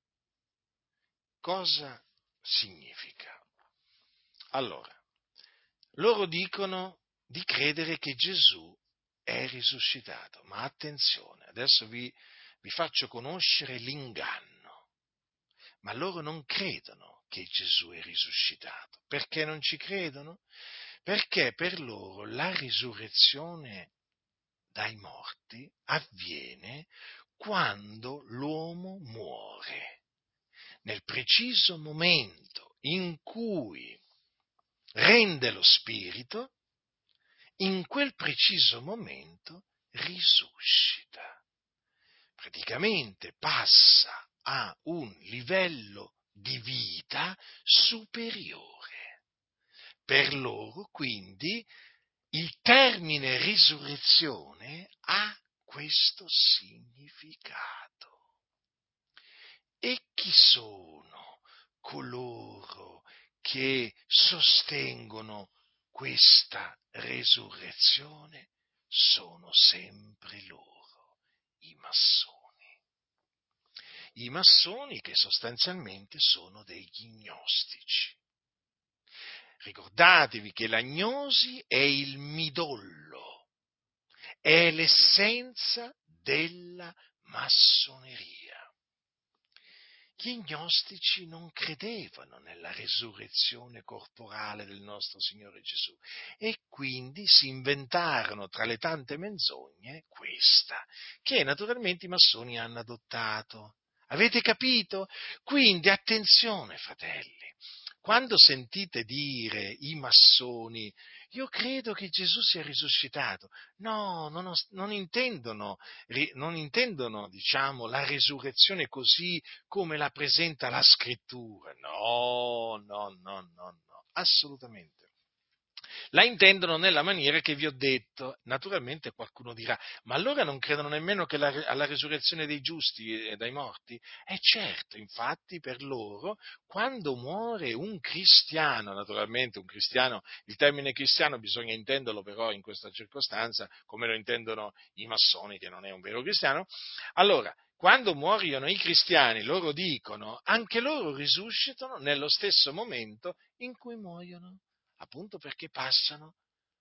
Cosa significa? Allora, loro dicono di credere che Gesù è risuscitato, ma attenzione, adesso vi faccio conoscere l'inganno, ma loro non credono che Gesù è risuscitato. Perché non ci credono? Perché per loro la risurrezione dai morti avviene quando l'uomo muore, nel preciso momento in cui rende lo spirito, in quel preciso momento risuscita. Praticamente passa a un livello di vita superiore. Per loro, quindi, il termine risurrezione ha questo significato. E chi sono coloro che sostengono questa resurrezione? Sono sempre loro, i massoni. I massoni che sostanzialmente sono degli gnostici. Ricordatevi che l'agnosi è il midollo, è l'essenza della massoneria. Gli gnostici non credevano nella resurrezione corporale del nostro Signore Gesù e quindi si inventarono tra le tante menzogne questa, che naturalmente i massoni hanno adottato. Avete capito? Quindi attenzione, fratelli, quando sentite dire i massoni, io credo che Gesù sia risuscitato, no, non intendono, la resurrezione così come la presenta la scrittura. No, assolutamente. La intendono nella maniera che vi ho detto. Naturalmente qualcuno dirà, ma allora non credono nemmeno che alla resurrezione dei giusti dai morti? E certo, infatti per loro, quando muore un cristiano, naturalmente un cristiano, il termine cristiano bisogna intenderlo però in questa circostanza, come lo intendono i massoni, che non è un vero cristiano, allora, quando muoiono i cristiani, loro dicono, anche loro risuscitano nello stesso momento in cui muoiono, appunto perché passano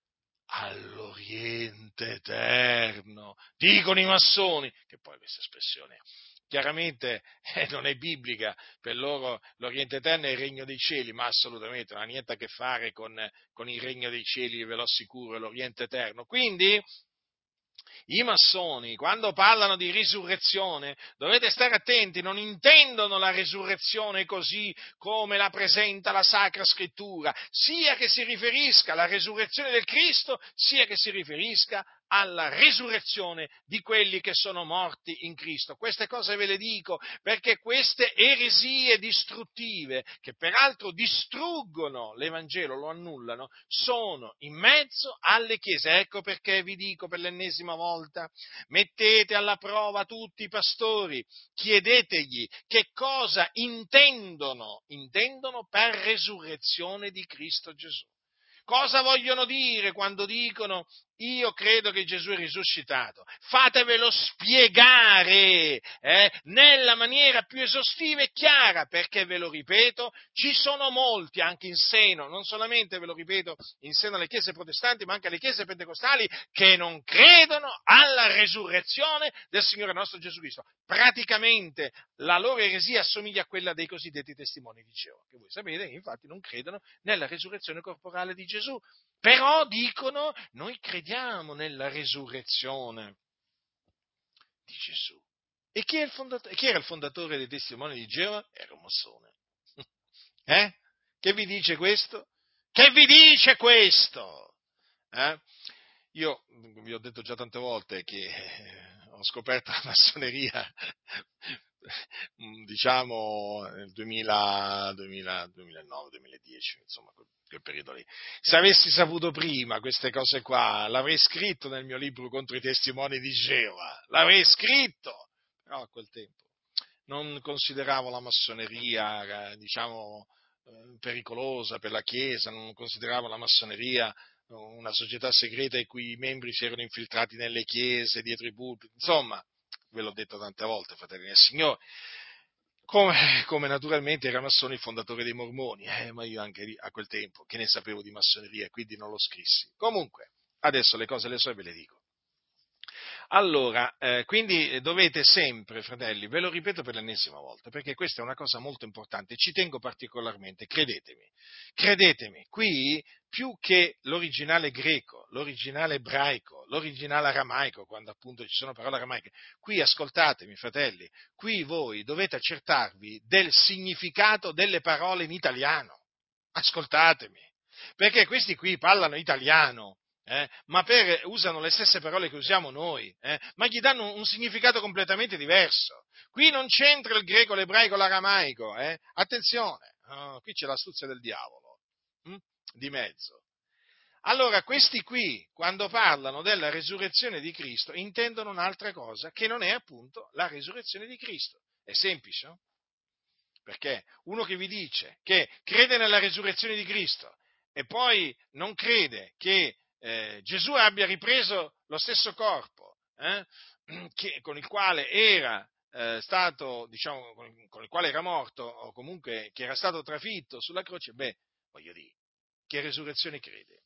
all'Oriente eterno, dicono i massoni, che poi questa espressione chiaramente non è biblica, per loro l'Oriente eterno è il regno dei cieli, ma assolutamente non ha niente a che fare con il regno dei cieli, ve lo assicuro, l'Oriente eterno. Quindi i massoni, quando parlano di risurrezione, dovete stare attenti, non intendono la risurrezione così come la presenta la Sacra Scrittura, sia che si riferisca alla risurrezione del Cristo, sia che si riferisca alla risurrezione di quelli che sono morti in Cristo. Queste cose ve le dico perché queste eresie distruttive, che peraltro distruggono l'Evangelo, lo annullano, sono in mezzo alle chiese. Ecco perché vi dico per l'ennesima volta, mettete alla prova tutti i pastori, chiedetegli che cosa intendono per resurrezione di Cristo Gesù. Cosa vogliono dire quando dicono io credo che Gesù è risuscitato? Fatevelo spiegare nella maniera più esaustiva e chiara, perché ve lo ripeto, ci sono molti anche in seno, non solamente ve lo ripeto in seno alle chiese protestanti, ma anche alle chiese pentecostali, che non credono alla resurrezione del Signore nostro Gesù Cristo. Praticamente la loro eresia assomiglia a quella dei cosiddetti testimoni di Geova, che voi sapete che infatti non credono nella resurrezione corporale di Gesù, però dicono noi crediamo nella resurrezione di Gesù. E chi era il fondatore dei testimoni di Geova? Era un massone. Che vi dice questo? Che vi dice questo? Io vi ho detto già tante volte che ho scoperto la massoneria, diciamo, nel 2009, 2010, insomma, quel periodo lì. Se avessi saputo prima queste cose qua, l'avrei scritto nel mio libro contro i testimoni di Geova, l'avrei scritto, però a quel tempo non consideravo la massoneria, diciamo, pericolosa per la Chiesa, non consideravo la massoneria una società segreta i cui membri si erano infiltrati nelle chiese, dietro i pulpiti, insomma, ve l'ho detto tante volte, fratelli del Signore, come naturalmente era massone il fondatore dei Mormoni, ma io anche lì, a quel tempo, che ne sapevo di massoneria, quindi non lo scrissi. Comunque, adesso le cose le so e ve le dico. Allora, quindi dovete sempre, fratelli, ve lo ripeto per l'ennesima volta, perché questa è una cosa molto importante, ci tengo particolarmente, credetemi, qui più che l'originale greco, l'originale ebraico, l'originale aramaico, quando appunto ci sono parole aramaiche, qui ascoltatemi, fratelli, qui voi dovete accertarvi del significato delle parole in italiano, ascoltatemi, perché questi qui parlano italiano, ma usano le stesse parole che usiamo noi, ma gli danno un significato completamente diverso. Qui non c'entra il greco, l'ebraico, l'aramaico, attenzione, qui c'è l'astuzia del diavolo, di mezzo. Allora, questi qui, quando parlano della resurrezione di Cristo, intendono un'altra cosa, che non è appunto la resurrezione di Cristo. È semplice, no? Perché uno che vi dice che crede nella resurrezione di Cristo e poi non crede che Gesù abbia ripreso lo stesso corpo con il quale era stato, diciamo, con il quale era morto, o comunque che era stato trafitto sulla croce, voglio dire, che resurrezione crede?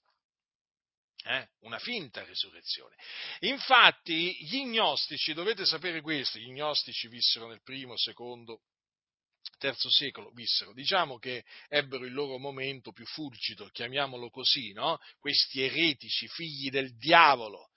Una finta resurrezione. Infatti, gli gnostici, dovete sapere questo, gli gnostici vissero nel primo, secondo, terzo secolo, diciamo che ebbero il loro momento più fulgido, chiamiamolo così, no? Questi eretici, figli del diavolo,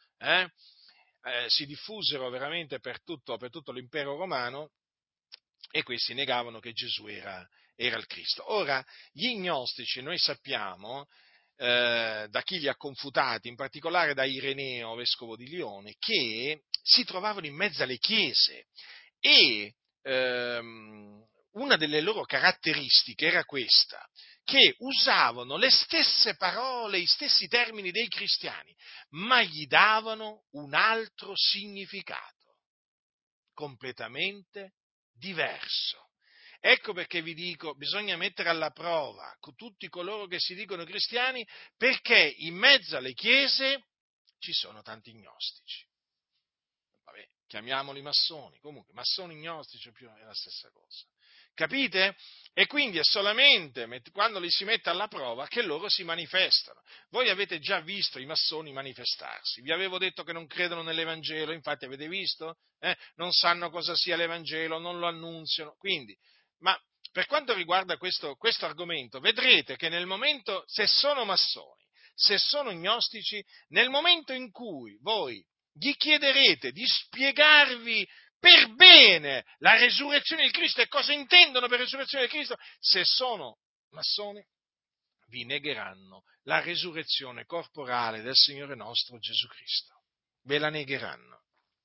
si diffusero veramente per tutto l'impero romano e questi negavano che Gesù era il Cristo. Ora, gli gnostici, noi sappiamo, da chi li ha confutati, in particolare da Ireneo, vescovo di Lione, che si trovavano in mezzo alle chiese e una delle loro caratteristiche era questa, che usavano le stesse parole, i stessi termini dei cristiani, ma gli davano un altro significato, completamente diverso. Ecco perché vi dico, bisogna mettere alla prova tutti coloro che si dicono cristiani, perché in mezzo alle chiese ci sono tanti gnostici. Vabbè, chiamiamoli massoni, comunque massoni gnostici è la stessa cosa. Capite? E quindi è solamente quando li si mette alla prova che loro si manifestano. Voi avete già visto i massoni manifestarsi. Vi avevo detto che non credono nell'Evangelo, infatti avete visto? Non sanno cosa sia l'Evangelo, non lo annunziano. Quindi, ma per quanto riguarda questo argomento, vedrete che nel momento, se sono massoni, se sono gnostici, nel momento in cui voi gli chiederete di spiegarvi per bene la resurrezione di Cristo e cosa intendono per resurrezione di Cristo, se sono massoni, vi negheranno la resurrezione corporale del Signore nostro Gesù Cristo. Ve la negheranno.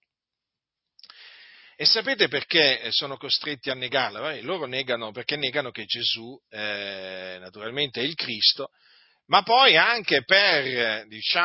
E sapete perché sono costretti a negarla? Loro negano perché negano che Gesù naturalmente è il Cristo, ma poi anche per,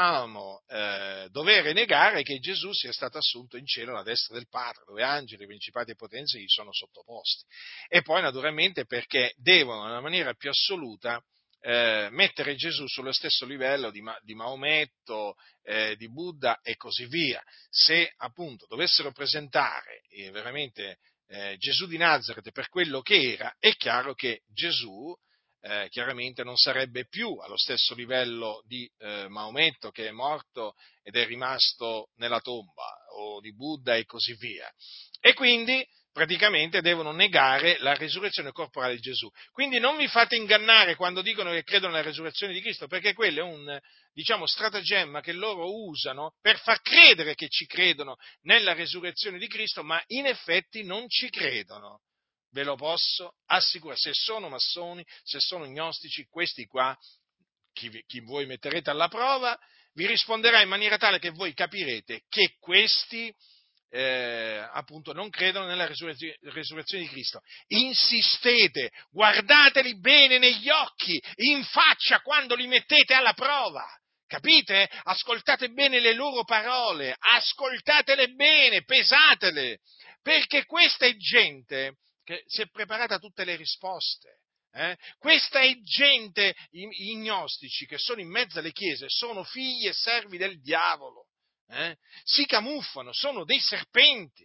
dover negare che Gesù sia stato assunto in cielo alla destra del Padre, dove angeli, principati e potenze gli sono sottoposti. E poi naturalmente perché devono, nella maniera più assoluta, mettere Gesù sullo stesso livello di Maometto, di Buddha e così via. Se appunto dovessero presentare veramente Gesù di Nazaret per quello che era, è chiaro che Gesù chiaramente non sarebbe più allo stesso livello di Maometto, che è morto ed è rimasto nella tomba, o di Buddha e così via. E quindi praticamente devono negare la resurrezione corporale di Gesù. Quindi non vi fate ingannare quando dicono che credono nella resurrezione di Cristo, perché quello è un, stratagemma che loro usano per far credere che ci credono nella resurrezione di Cristo, ma in effetti non ci credono. Ve lo posso assicurare, se sono massoni, se sono gnostici, questi qua, chi voi metterete alla prova, vi risponderà in maniera tale che voi capirete che questi appunto non credono nella resurrezione di Cristo. Insistete, guardateli bene negli occhi, in faccia quando li mettete alla prova. Capite? Ascoltate bene le loro parole, ascoltatele bene, pesatele, perché questa è gente che si è preparata a tutte le risposte. Questa è gente, i gnostici che sono in mezzo alle chiese, sono figli e servi del diavolo. Si camuffano, sono dei serpenti,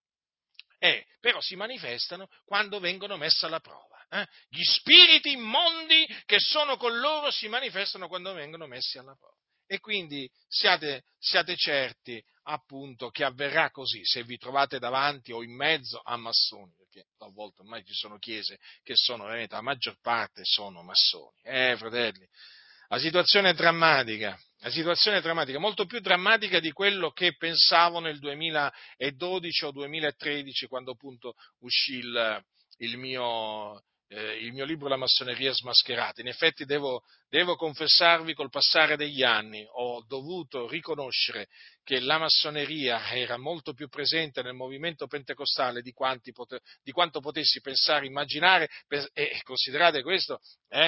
però si manifestano quando vengono messi alla prova. Gli spiriti immondi che sono con loro si manifestano quando vengono messi alla prova. E quindi siate certi appunto che avverrà così se vi trovate davanti o in mezzo a massoni, perché talvolta ormai ci sono chiese che sono veramente, la maggior parte sono massoni. Fratelli, la situazione è drammatica, molto più drammatica di quello che pensavo nel 2012 o 2013, quando appunto uscì il mio libro La massoneria smascherata. In effetti devo confessarvi, col passare degli anni ho dovuto riconoscere che la massoneria era molto più presente nel movimento pentecostale di quanto potessi pensare, immaginare, e considerate questo,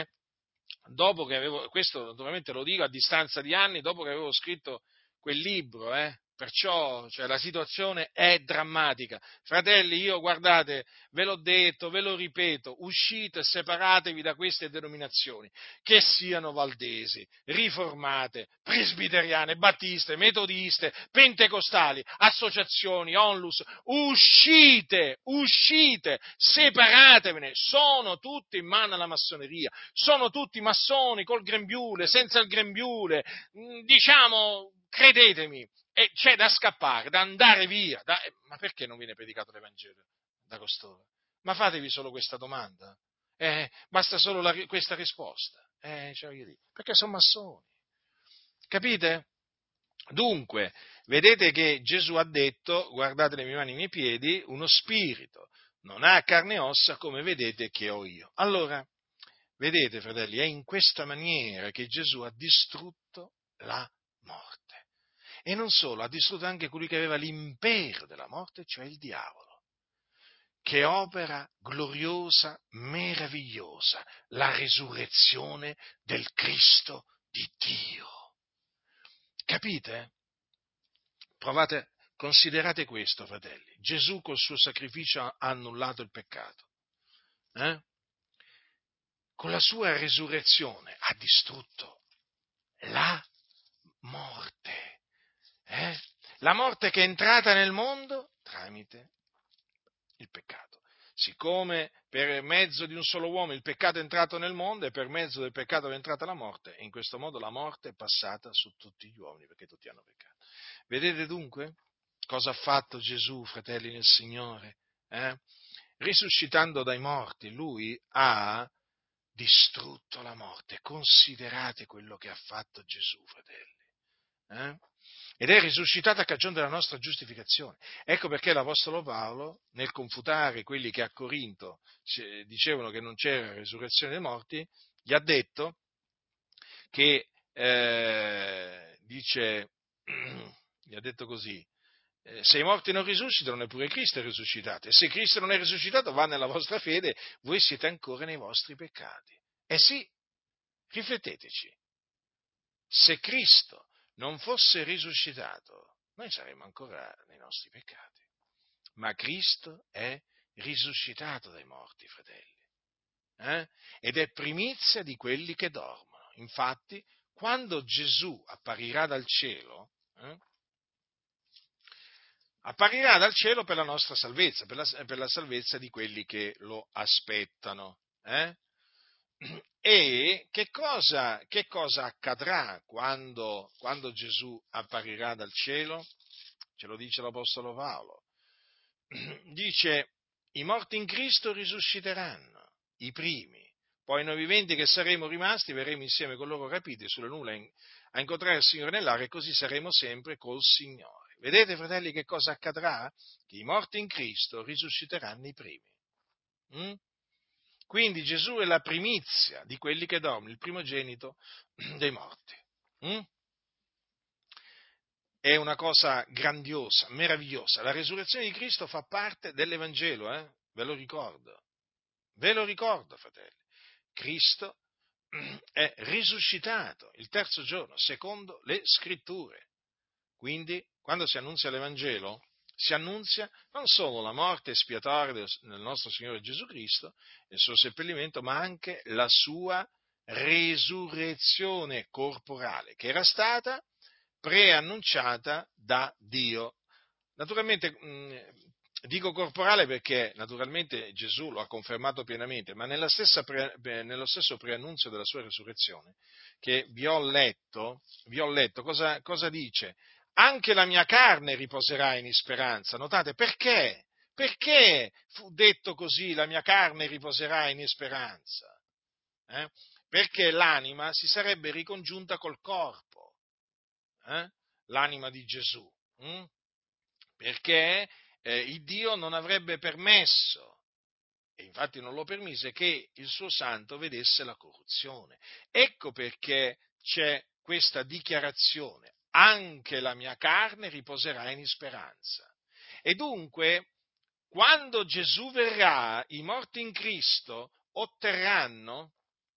dopo che questo naturalmente lo dico a distanza di anni, dopo che avevo scritto quel libro, perciò cioè, la situazione è drammatica. Fratelli, io guardate, ve l'ho detto, ve lo ripeto, uscite, separatevi da queste denominazioni, che siano valdesi, riformate, presbiteriane, battiste, metodiste, pentecostali, associazioni, onlus, uscite, separatevene, sono tutti in mano alla massoneria, sono tutti massoni col grembiule, senza il grembiule, credetemi, c'è da scappare, da andare via. Ma perché non viene predicato l'Evangelo da costoro? Ma fatevi solo questa domanda. Basta solo questa risposta. Perché sono massoni. Capite? Dunque, vedete che Gesù ha detto, guardate le mie mani e i miei piedi, uno spirito, non ha carne e ossa come vedete che ho io. Allora, vedete, fratelli, è in questa maniera che Gesù ha distrutto la morte. E non solo, ha distrutto anche colui che aveva l'impero della morte, cioè il diavolo, che opera gloriosa, meravigliosa, la risurrezione del Cristo di Dio. Capite? Considerate questo, fratelli. Gesù col suo sacrificio ha annullato il peccato. Con la sua resurrezione ha distrutto la morte. La morte che è entrata nel mondo tramite il peccato. Siccome per mezzo di un solo uomo il peccato è entrato nel mondo e per mezzo del peccato è entrata la morte, e in questo modo la morte è passata su tutti gli uomini, perché tutti hanno peccato. Vedete dunque cosa ha fatto Gesù, fratelli nel Signore? Risuscitando dai morti, lui ha distrutto la morte. Considerate quello che ha fatto Gesù, fratelli. Ed è risuscitato a cagione della nostra giustificazione. Ecco perché l'Apostolo Paolo, nel confutare quelli che a Corinto dicevano che non c'era resurrezione dei morti, gli ha detto che, gli ha detto così, se i morti non risuscitano, neppure Cristo è risuscitato. E se Cristo non è risuscitato, va nella vostra fede, voi siete ancora nei vostri peccati. Sì, rifletteteci. Se Cristo non fosse risuscitato, noi saremmo ancora nei nostri peccati. Ma Cristo è risuscitato dai morti, fratelli, ed è primizia di quelli che dormono. Infatti, quando Gesù apparirà dal cielo per la nostra salvezza, per la salvezza di quelli che lo aspettano. E che cosa accadrà quando Gesù apparirà dal cielo? Ce lo dice l'Apostolo Paolo. Dice, i morti in Cristo risusciteranno, i primi. Poi noi viventi che saremo rimasti verremo insieme con loro rapiti sulle nuvole a incontrare il Signore nell'aria, e così saremo sempre col Signore. Vedete, fratelli, che cosa accadrà? Che i morti in Cristo risusciteranno i primi. Quindi Gesù è la primizia di quelli che dormono, il primogenito dei morti. È una cosa grandiosa, meravigliosa. La resurrezione di Cristo fa parte dell'Evangelo, ve lo ricordo. Ve lo ricordo, fratelli. Cristo è risuscitato il terzo giorno, secondo le Scritture. Quindi, quando si annunzia l'Evangelo, si annunzia non solo la morte espiatoria del nostro Signore Gesù Cristo, il suo seppellimento, ma anche la sua resurrezione corporale, che era stata preannunciata da Dio. Naturalmente, dico corporale perché naturalmente Gesù lo ha confermato pienamente, ma nello stesso preannunzio della sua resurrezione, che vi ho letto cosa dice? Anche la mia carne riposerà in speranza. Notate perché? Perché fu detto così, la mia carne riposerà in speranza? Perché l'anima si sarebbe ricongiunta col corpo, l'anima di Gesù, perché il Dio non avrebbe permesso, e infatti non lo permise, che il suo santo vedesse la corruzione. Ecco perché c'è questa dichiarazione, anche la mia carne riposerà in speranza. E dunque, quando Gesù verrà, i morti in Cristo otterranno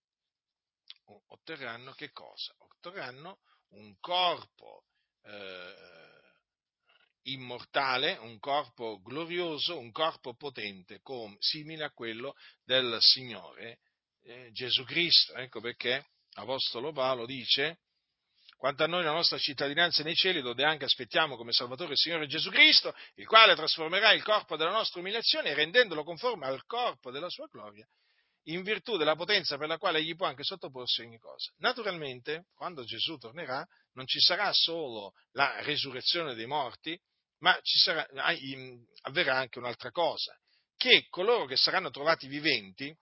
che cosa? Otterranno un corpo immortale, un corpo glorioso, un corpo potente, simile a quello del Signore Gesù Cristo. Ecco perché l'Apostolo Paolo dice: quanto a noi la nostra cittadinanza nei cieli, dove anche aspettiamo come Salvatore il Signore Gesù Cristo, il quale trasformerà il corpo della nostra umiliazione rendendolo conforme al corpo della sua gloria, in virtù della potenza per la quale egli può anche sottoporsi a ogni cosa. Naturalmente, quando Gesù tornerà, non ci sarà solo la resurrezione dei morti, ma avverrà anche un'altra cosa, che coloro che saranno trovati viventi,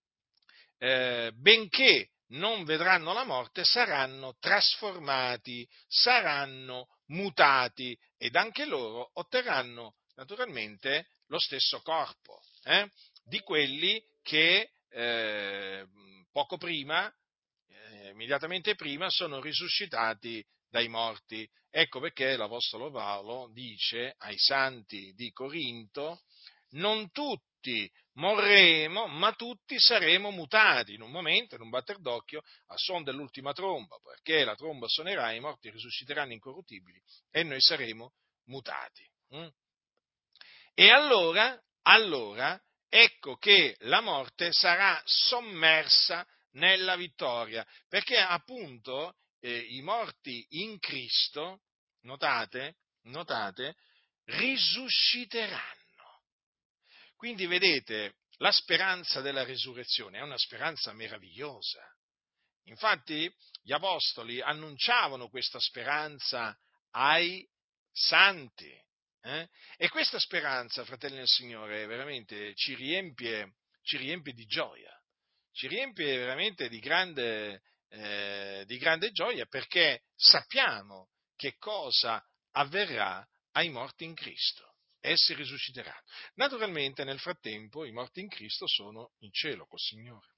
benché non vedranno la morte, saranno trasformati, saranno mutati, ed anche loro otterranno naturalmente lo stesso corpo di quelli che poco prima, immediatamente prima, sono risuscitati dai morti. Ecco perché l'Apostolo Paolo dice ai santi di Corinto: non tutti tutti morremo, ma tutti saremo mutati in un momento, in un batter d'occhio, al suono dell'ultima tromba, perché la tromba suonerà, i morti risusciteranno incorruttibili e noi saremo mutati. E allora, ecco che la morte sarà sommersa nella vittoria, perché appunto i morti in Cristo, notate, risusciteranno. Quindi vedete, la speranza della risurrezione è una speranza meravigliosa. Infatti gli apostoli annunciavano questa speranza ai santi. E questa speranza, fratelli del Signore, veramente ci riempie di gioia, ci riempie veramente di grande gioia, perché sappiamo che cosa avverrà ai morti in Cristo. Essi risusciteranno. Naturalmente nel frattempo i morti in Cristo sono in cielo col Signore.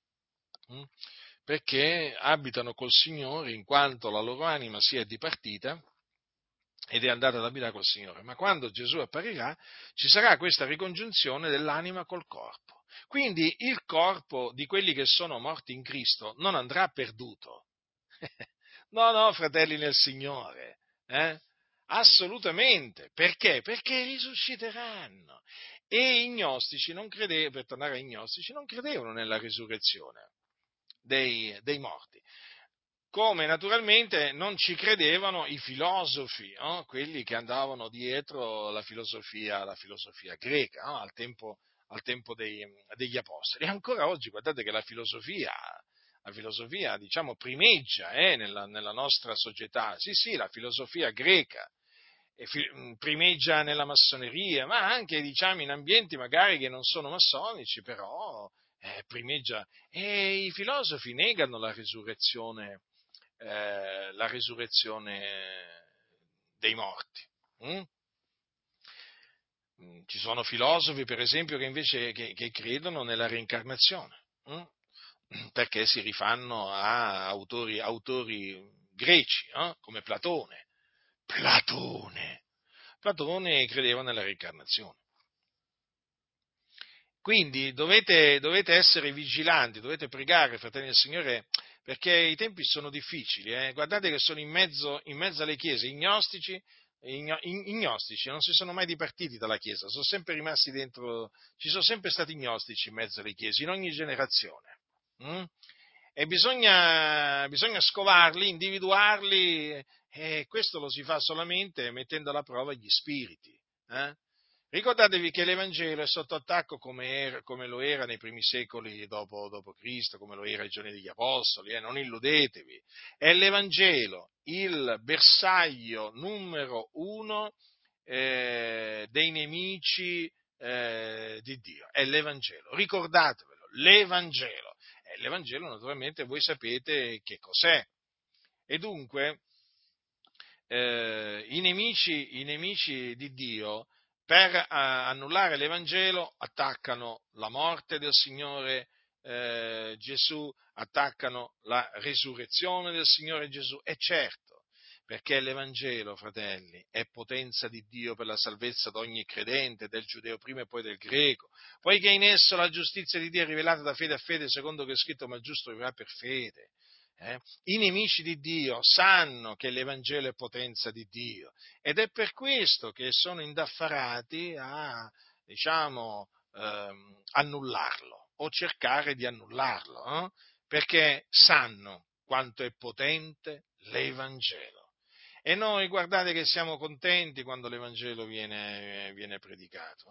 Perché abitano col Signore in quanto la loro anima si è dipartita ed è andata ad abitare col Signore. Ma quando Gesù apparirà ci sarà questa ricongiunzione dell'anima col corpo. Quindi il corpo di quelli che sono morti in Cristo non andrà perduto. No, fratelli nel Signore, assolutamente. Perché? Perché risusciteranno. E i gnostici non credevano, per tornare ai gnostici, non credevano nella risurrezione dei morti. Come naturalmente non ci credevano i filosofi, quelli che andavano dietro la filosofia greca, al tempo degli apostoli. E ancora oggi guardate che la filosofia diciamo primeggia nella nostra società. Sì, la filosofia greca primeggia nella massoneria, ma anche diciamo in ambienti magari che non sono massonici, però primeggia. E i filosofi negano la risurrezione dei morti. Mm? Ci sono filosofi, per esempio, che invece che credono nella reincarnazione, perché si rifanno a autori greci, come Platone. Platone credeva nella reincarnazione. Quindi dovete essere vigilanti, dovete pregare, fratelli del Signore, perché i tempi sono difficili. Guardate che sono in mezzo alle chiese gnostici, non si sono mai dipartiti dalla Chiesa, sono sempre rimasti dentro, ci sono sempre stati gnostici in mezzo alle chiese, in ogni generazione. E bisogna scovarli, individuarli, e questo lo si fa solamente mettendo alla prova gli spiriti. Ricordatevi che l'Evangelo è sotto attacco come lo era nei primi secoli dopo Cristo, come lo era ai giorni degli Apostoli, non illudetevi. È l'Evangelo il bersaglio numero uno dei nemici di Dio. È l'Evangelo, ricordatevelo, l'Evangelo. E l'Evangelo naturalmente voi sapete che cos'è. E dunque i nemici di Dio, per annullare l'Evangelo, attaccano la morte del Signore Gesù, attaccano la risurrezione del Signore Gesù, e certo, perché l'Evangelo, fratelli, è potenza di Dio per la salvezza di ogni credente, del giudeo prima e poi del greco, poiché in esso la giustizia di Dio è rivelata da fede a fede, secondo che è scritto, ma il giusto vivrà per fede. I nemici di Dio sanno che l'Evangelo è potenza di Dio, ed è per questo che sono indaffarati a, diciamo, annullarlo o cercare di annullarlo, perché sanno quanto è potente l'Evangelo. E noi guardate che siamo contenti quando l'Evangelo viene predicato.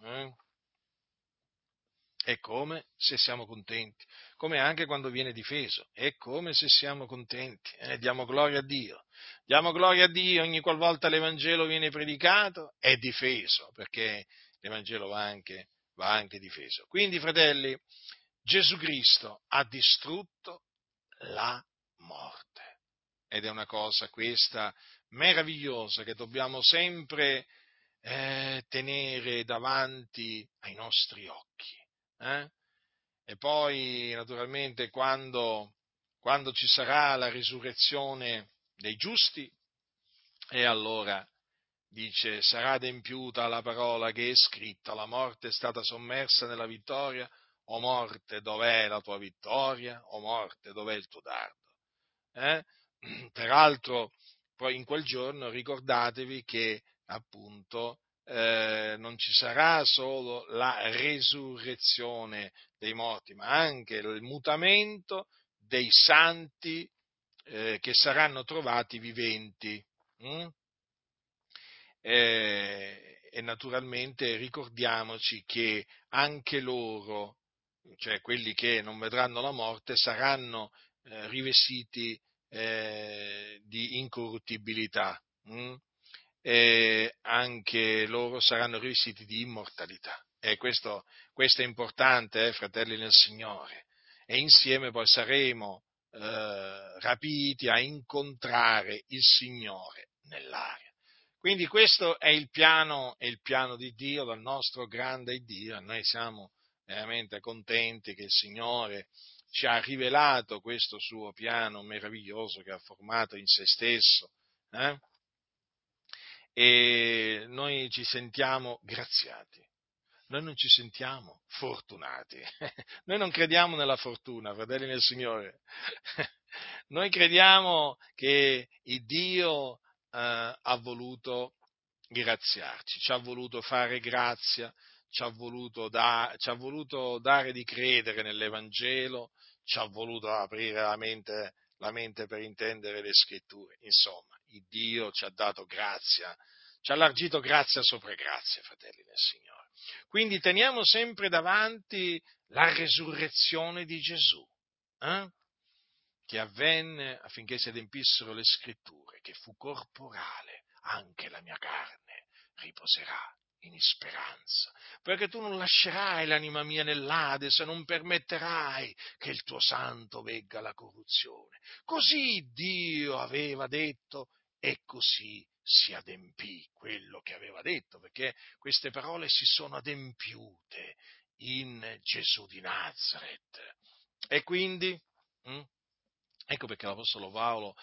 È come se siamo contenti, come anche quando viene difeso, è come se siamo contenti, diamo gloria a Dio ogni qualvolta l'Evangelo viene predicato e difeso, perché l'Evangelo va anche difeso. Quindi, fratelli, Gesù Cristo ha distrutto la morte, ed è una cosa questa meravigliosa che dobbiamo sempre tenere davanti ai nostri occhi. E poi, naturalmente, quando ci sarà la risurrezione dei giusti, e allora dice, sarà adempiuta la parola che è scritta, la morte è stata sommersa nella vittoria. O morte, dov'è la tua vittoria? O morte, dov'è il tuo dardo? Eh? Peraltro, poi in quel giorno ricordatevi che appunto non ci sarà solo la resurrezione dei morti, ma anche il mutamento dei santi che saranno trovati viventi. Mm? E naturalmente ricordiamoci che anche loro, cioè quelli che non vedranno la morte, saranno rivestiti di incorruttibilità, e anche loro saranno rivestiti di immortalità. E questo è importante, fratelli nel Signore. E insieme poi saremo rapiti a incontrare il Signore nell'aria. Quindi questo è il piano di Dio, dal nostro grande Dio. Noi siamo veramente contenti che il Signore ci ha rivelato questo suo piano meraviglioso che ha formato in se stesso. eh? E noi ci sentiamo graziati. Noi non ci sentiamo fortunati. Noi non crediamo nella fortuna, fratelli nel Signore. Noi crediamo che il Dio ha voluto graziarci, ci ha voluto fare grazia, ci ha voluto dare di credere nell'Evangelo, ci ha voluto aprire la mente per intendere le Scritture. Insomma, il Dio ci ha dato grazia, ci ha allargito grazia sopra grazia, fratelli del Signore. Quindi teniamo sempre davanti la resurrezione di Gesù, che avvenne affinché si adempissero le Scritture, che fu corporale, anche la mia carne riposerà in speranza, perché tu non lascerai l'anima mia nell'Ade se non permetterai che il tuo santo vegga la corruzione. Così Dio aveva detto e così si adempì quello che aveva detto, perché queste parole si sono adempiute in Gesù di Nazaret. E quindi, ecco perché l'Apostolo Paolo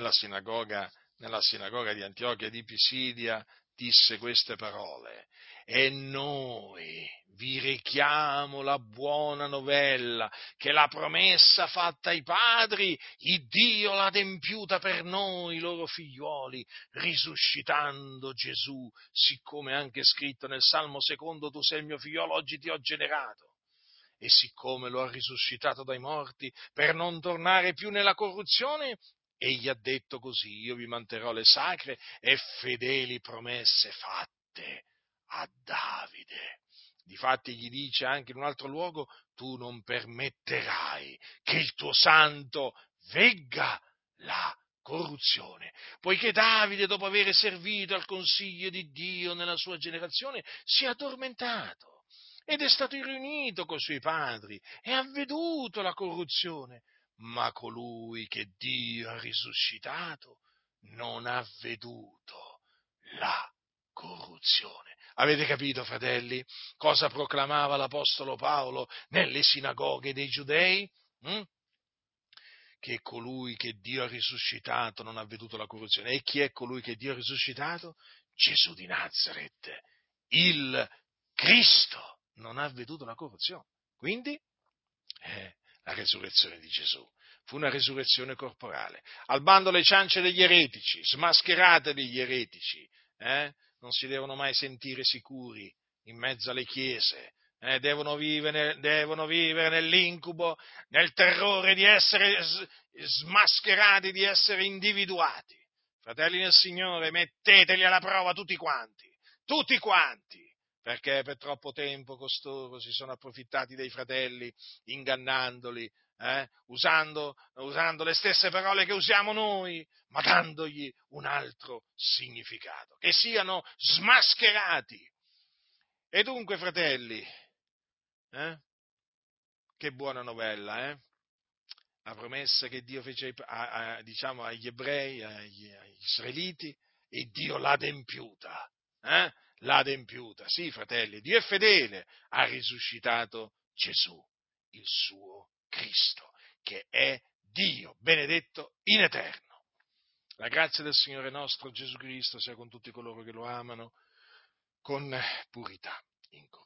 nella sinagoga di Antiochia di Pisidia disse queste parole: e noi vi rechiamo la buona novella, che la promessa fatta ai padri, il Dio l'ha adempiuta per noi, loro figlioli, risuscitando Gesù, siccome è anche scritto nel Salmo secondo, tu sei il mio figliolo, oggi ti ho generato. E siccome lo ha risuscitato dai morti per non tornare più nella corruzione, egli ha detto così: io vi manterrò le sacre e fedeli promesse fatte a Davide. Difatti gli dice anche in un altro luogo: tu non permetterai che il tuo santo vegga la corruzione, poiché Davide, dopo aver servito al consiglio di Dio nella sua generazione, si è addormentato ed è stato riunito coi suoi padri e ha veduto la corruzione, ma colui che Dio ha risuscitato non ha veduto la corruzione. Avete capito, fratelli, cosa proclamava l'Apostolo Paolo nelle sinagoghe dei Giudei? Che colui che Dio ha risuscitato non ha veduto la corruzione. E chi è colui che Dio ha risuscitato? Gesù di Nazaret, il Cristo, non ha veduto la corruzione. Quindi, la resurrezione di Gesù fu una resurrezione corporale. Al bando le ciance degli eretici, smascherate degli eretici, non si devono mai sentire sicuri in mezzo alle chiese, devono vivere nell'incubo, nel terrore di essere smascherati, di essere individuati. Fratelli del Signore, metteteli alla prova tutti quanti, perché per troppo tempo costoro si sono approfittati dei fratelli, ingannandoli, usando le stesse parole che usiamo noi, ma dandogli un altro significato, che siano smascherati. E dunque, fratelli, che buona novella, la promessa che Dio fece diciamo, agli ebrei, agli israeliti, e Dio l'ha adempiuta, l'ha adempiuta. Sì, fratelli, Dio è fedele, ha risuscitato Gesù, il suo Cristo, che è Dio, benedetto in eterno. La grazia del Signore nostro Gesù Cristo sia con tutti coloro che lo amano con purità incorrotta.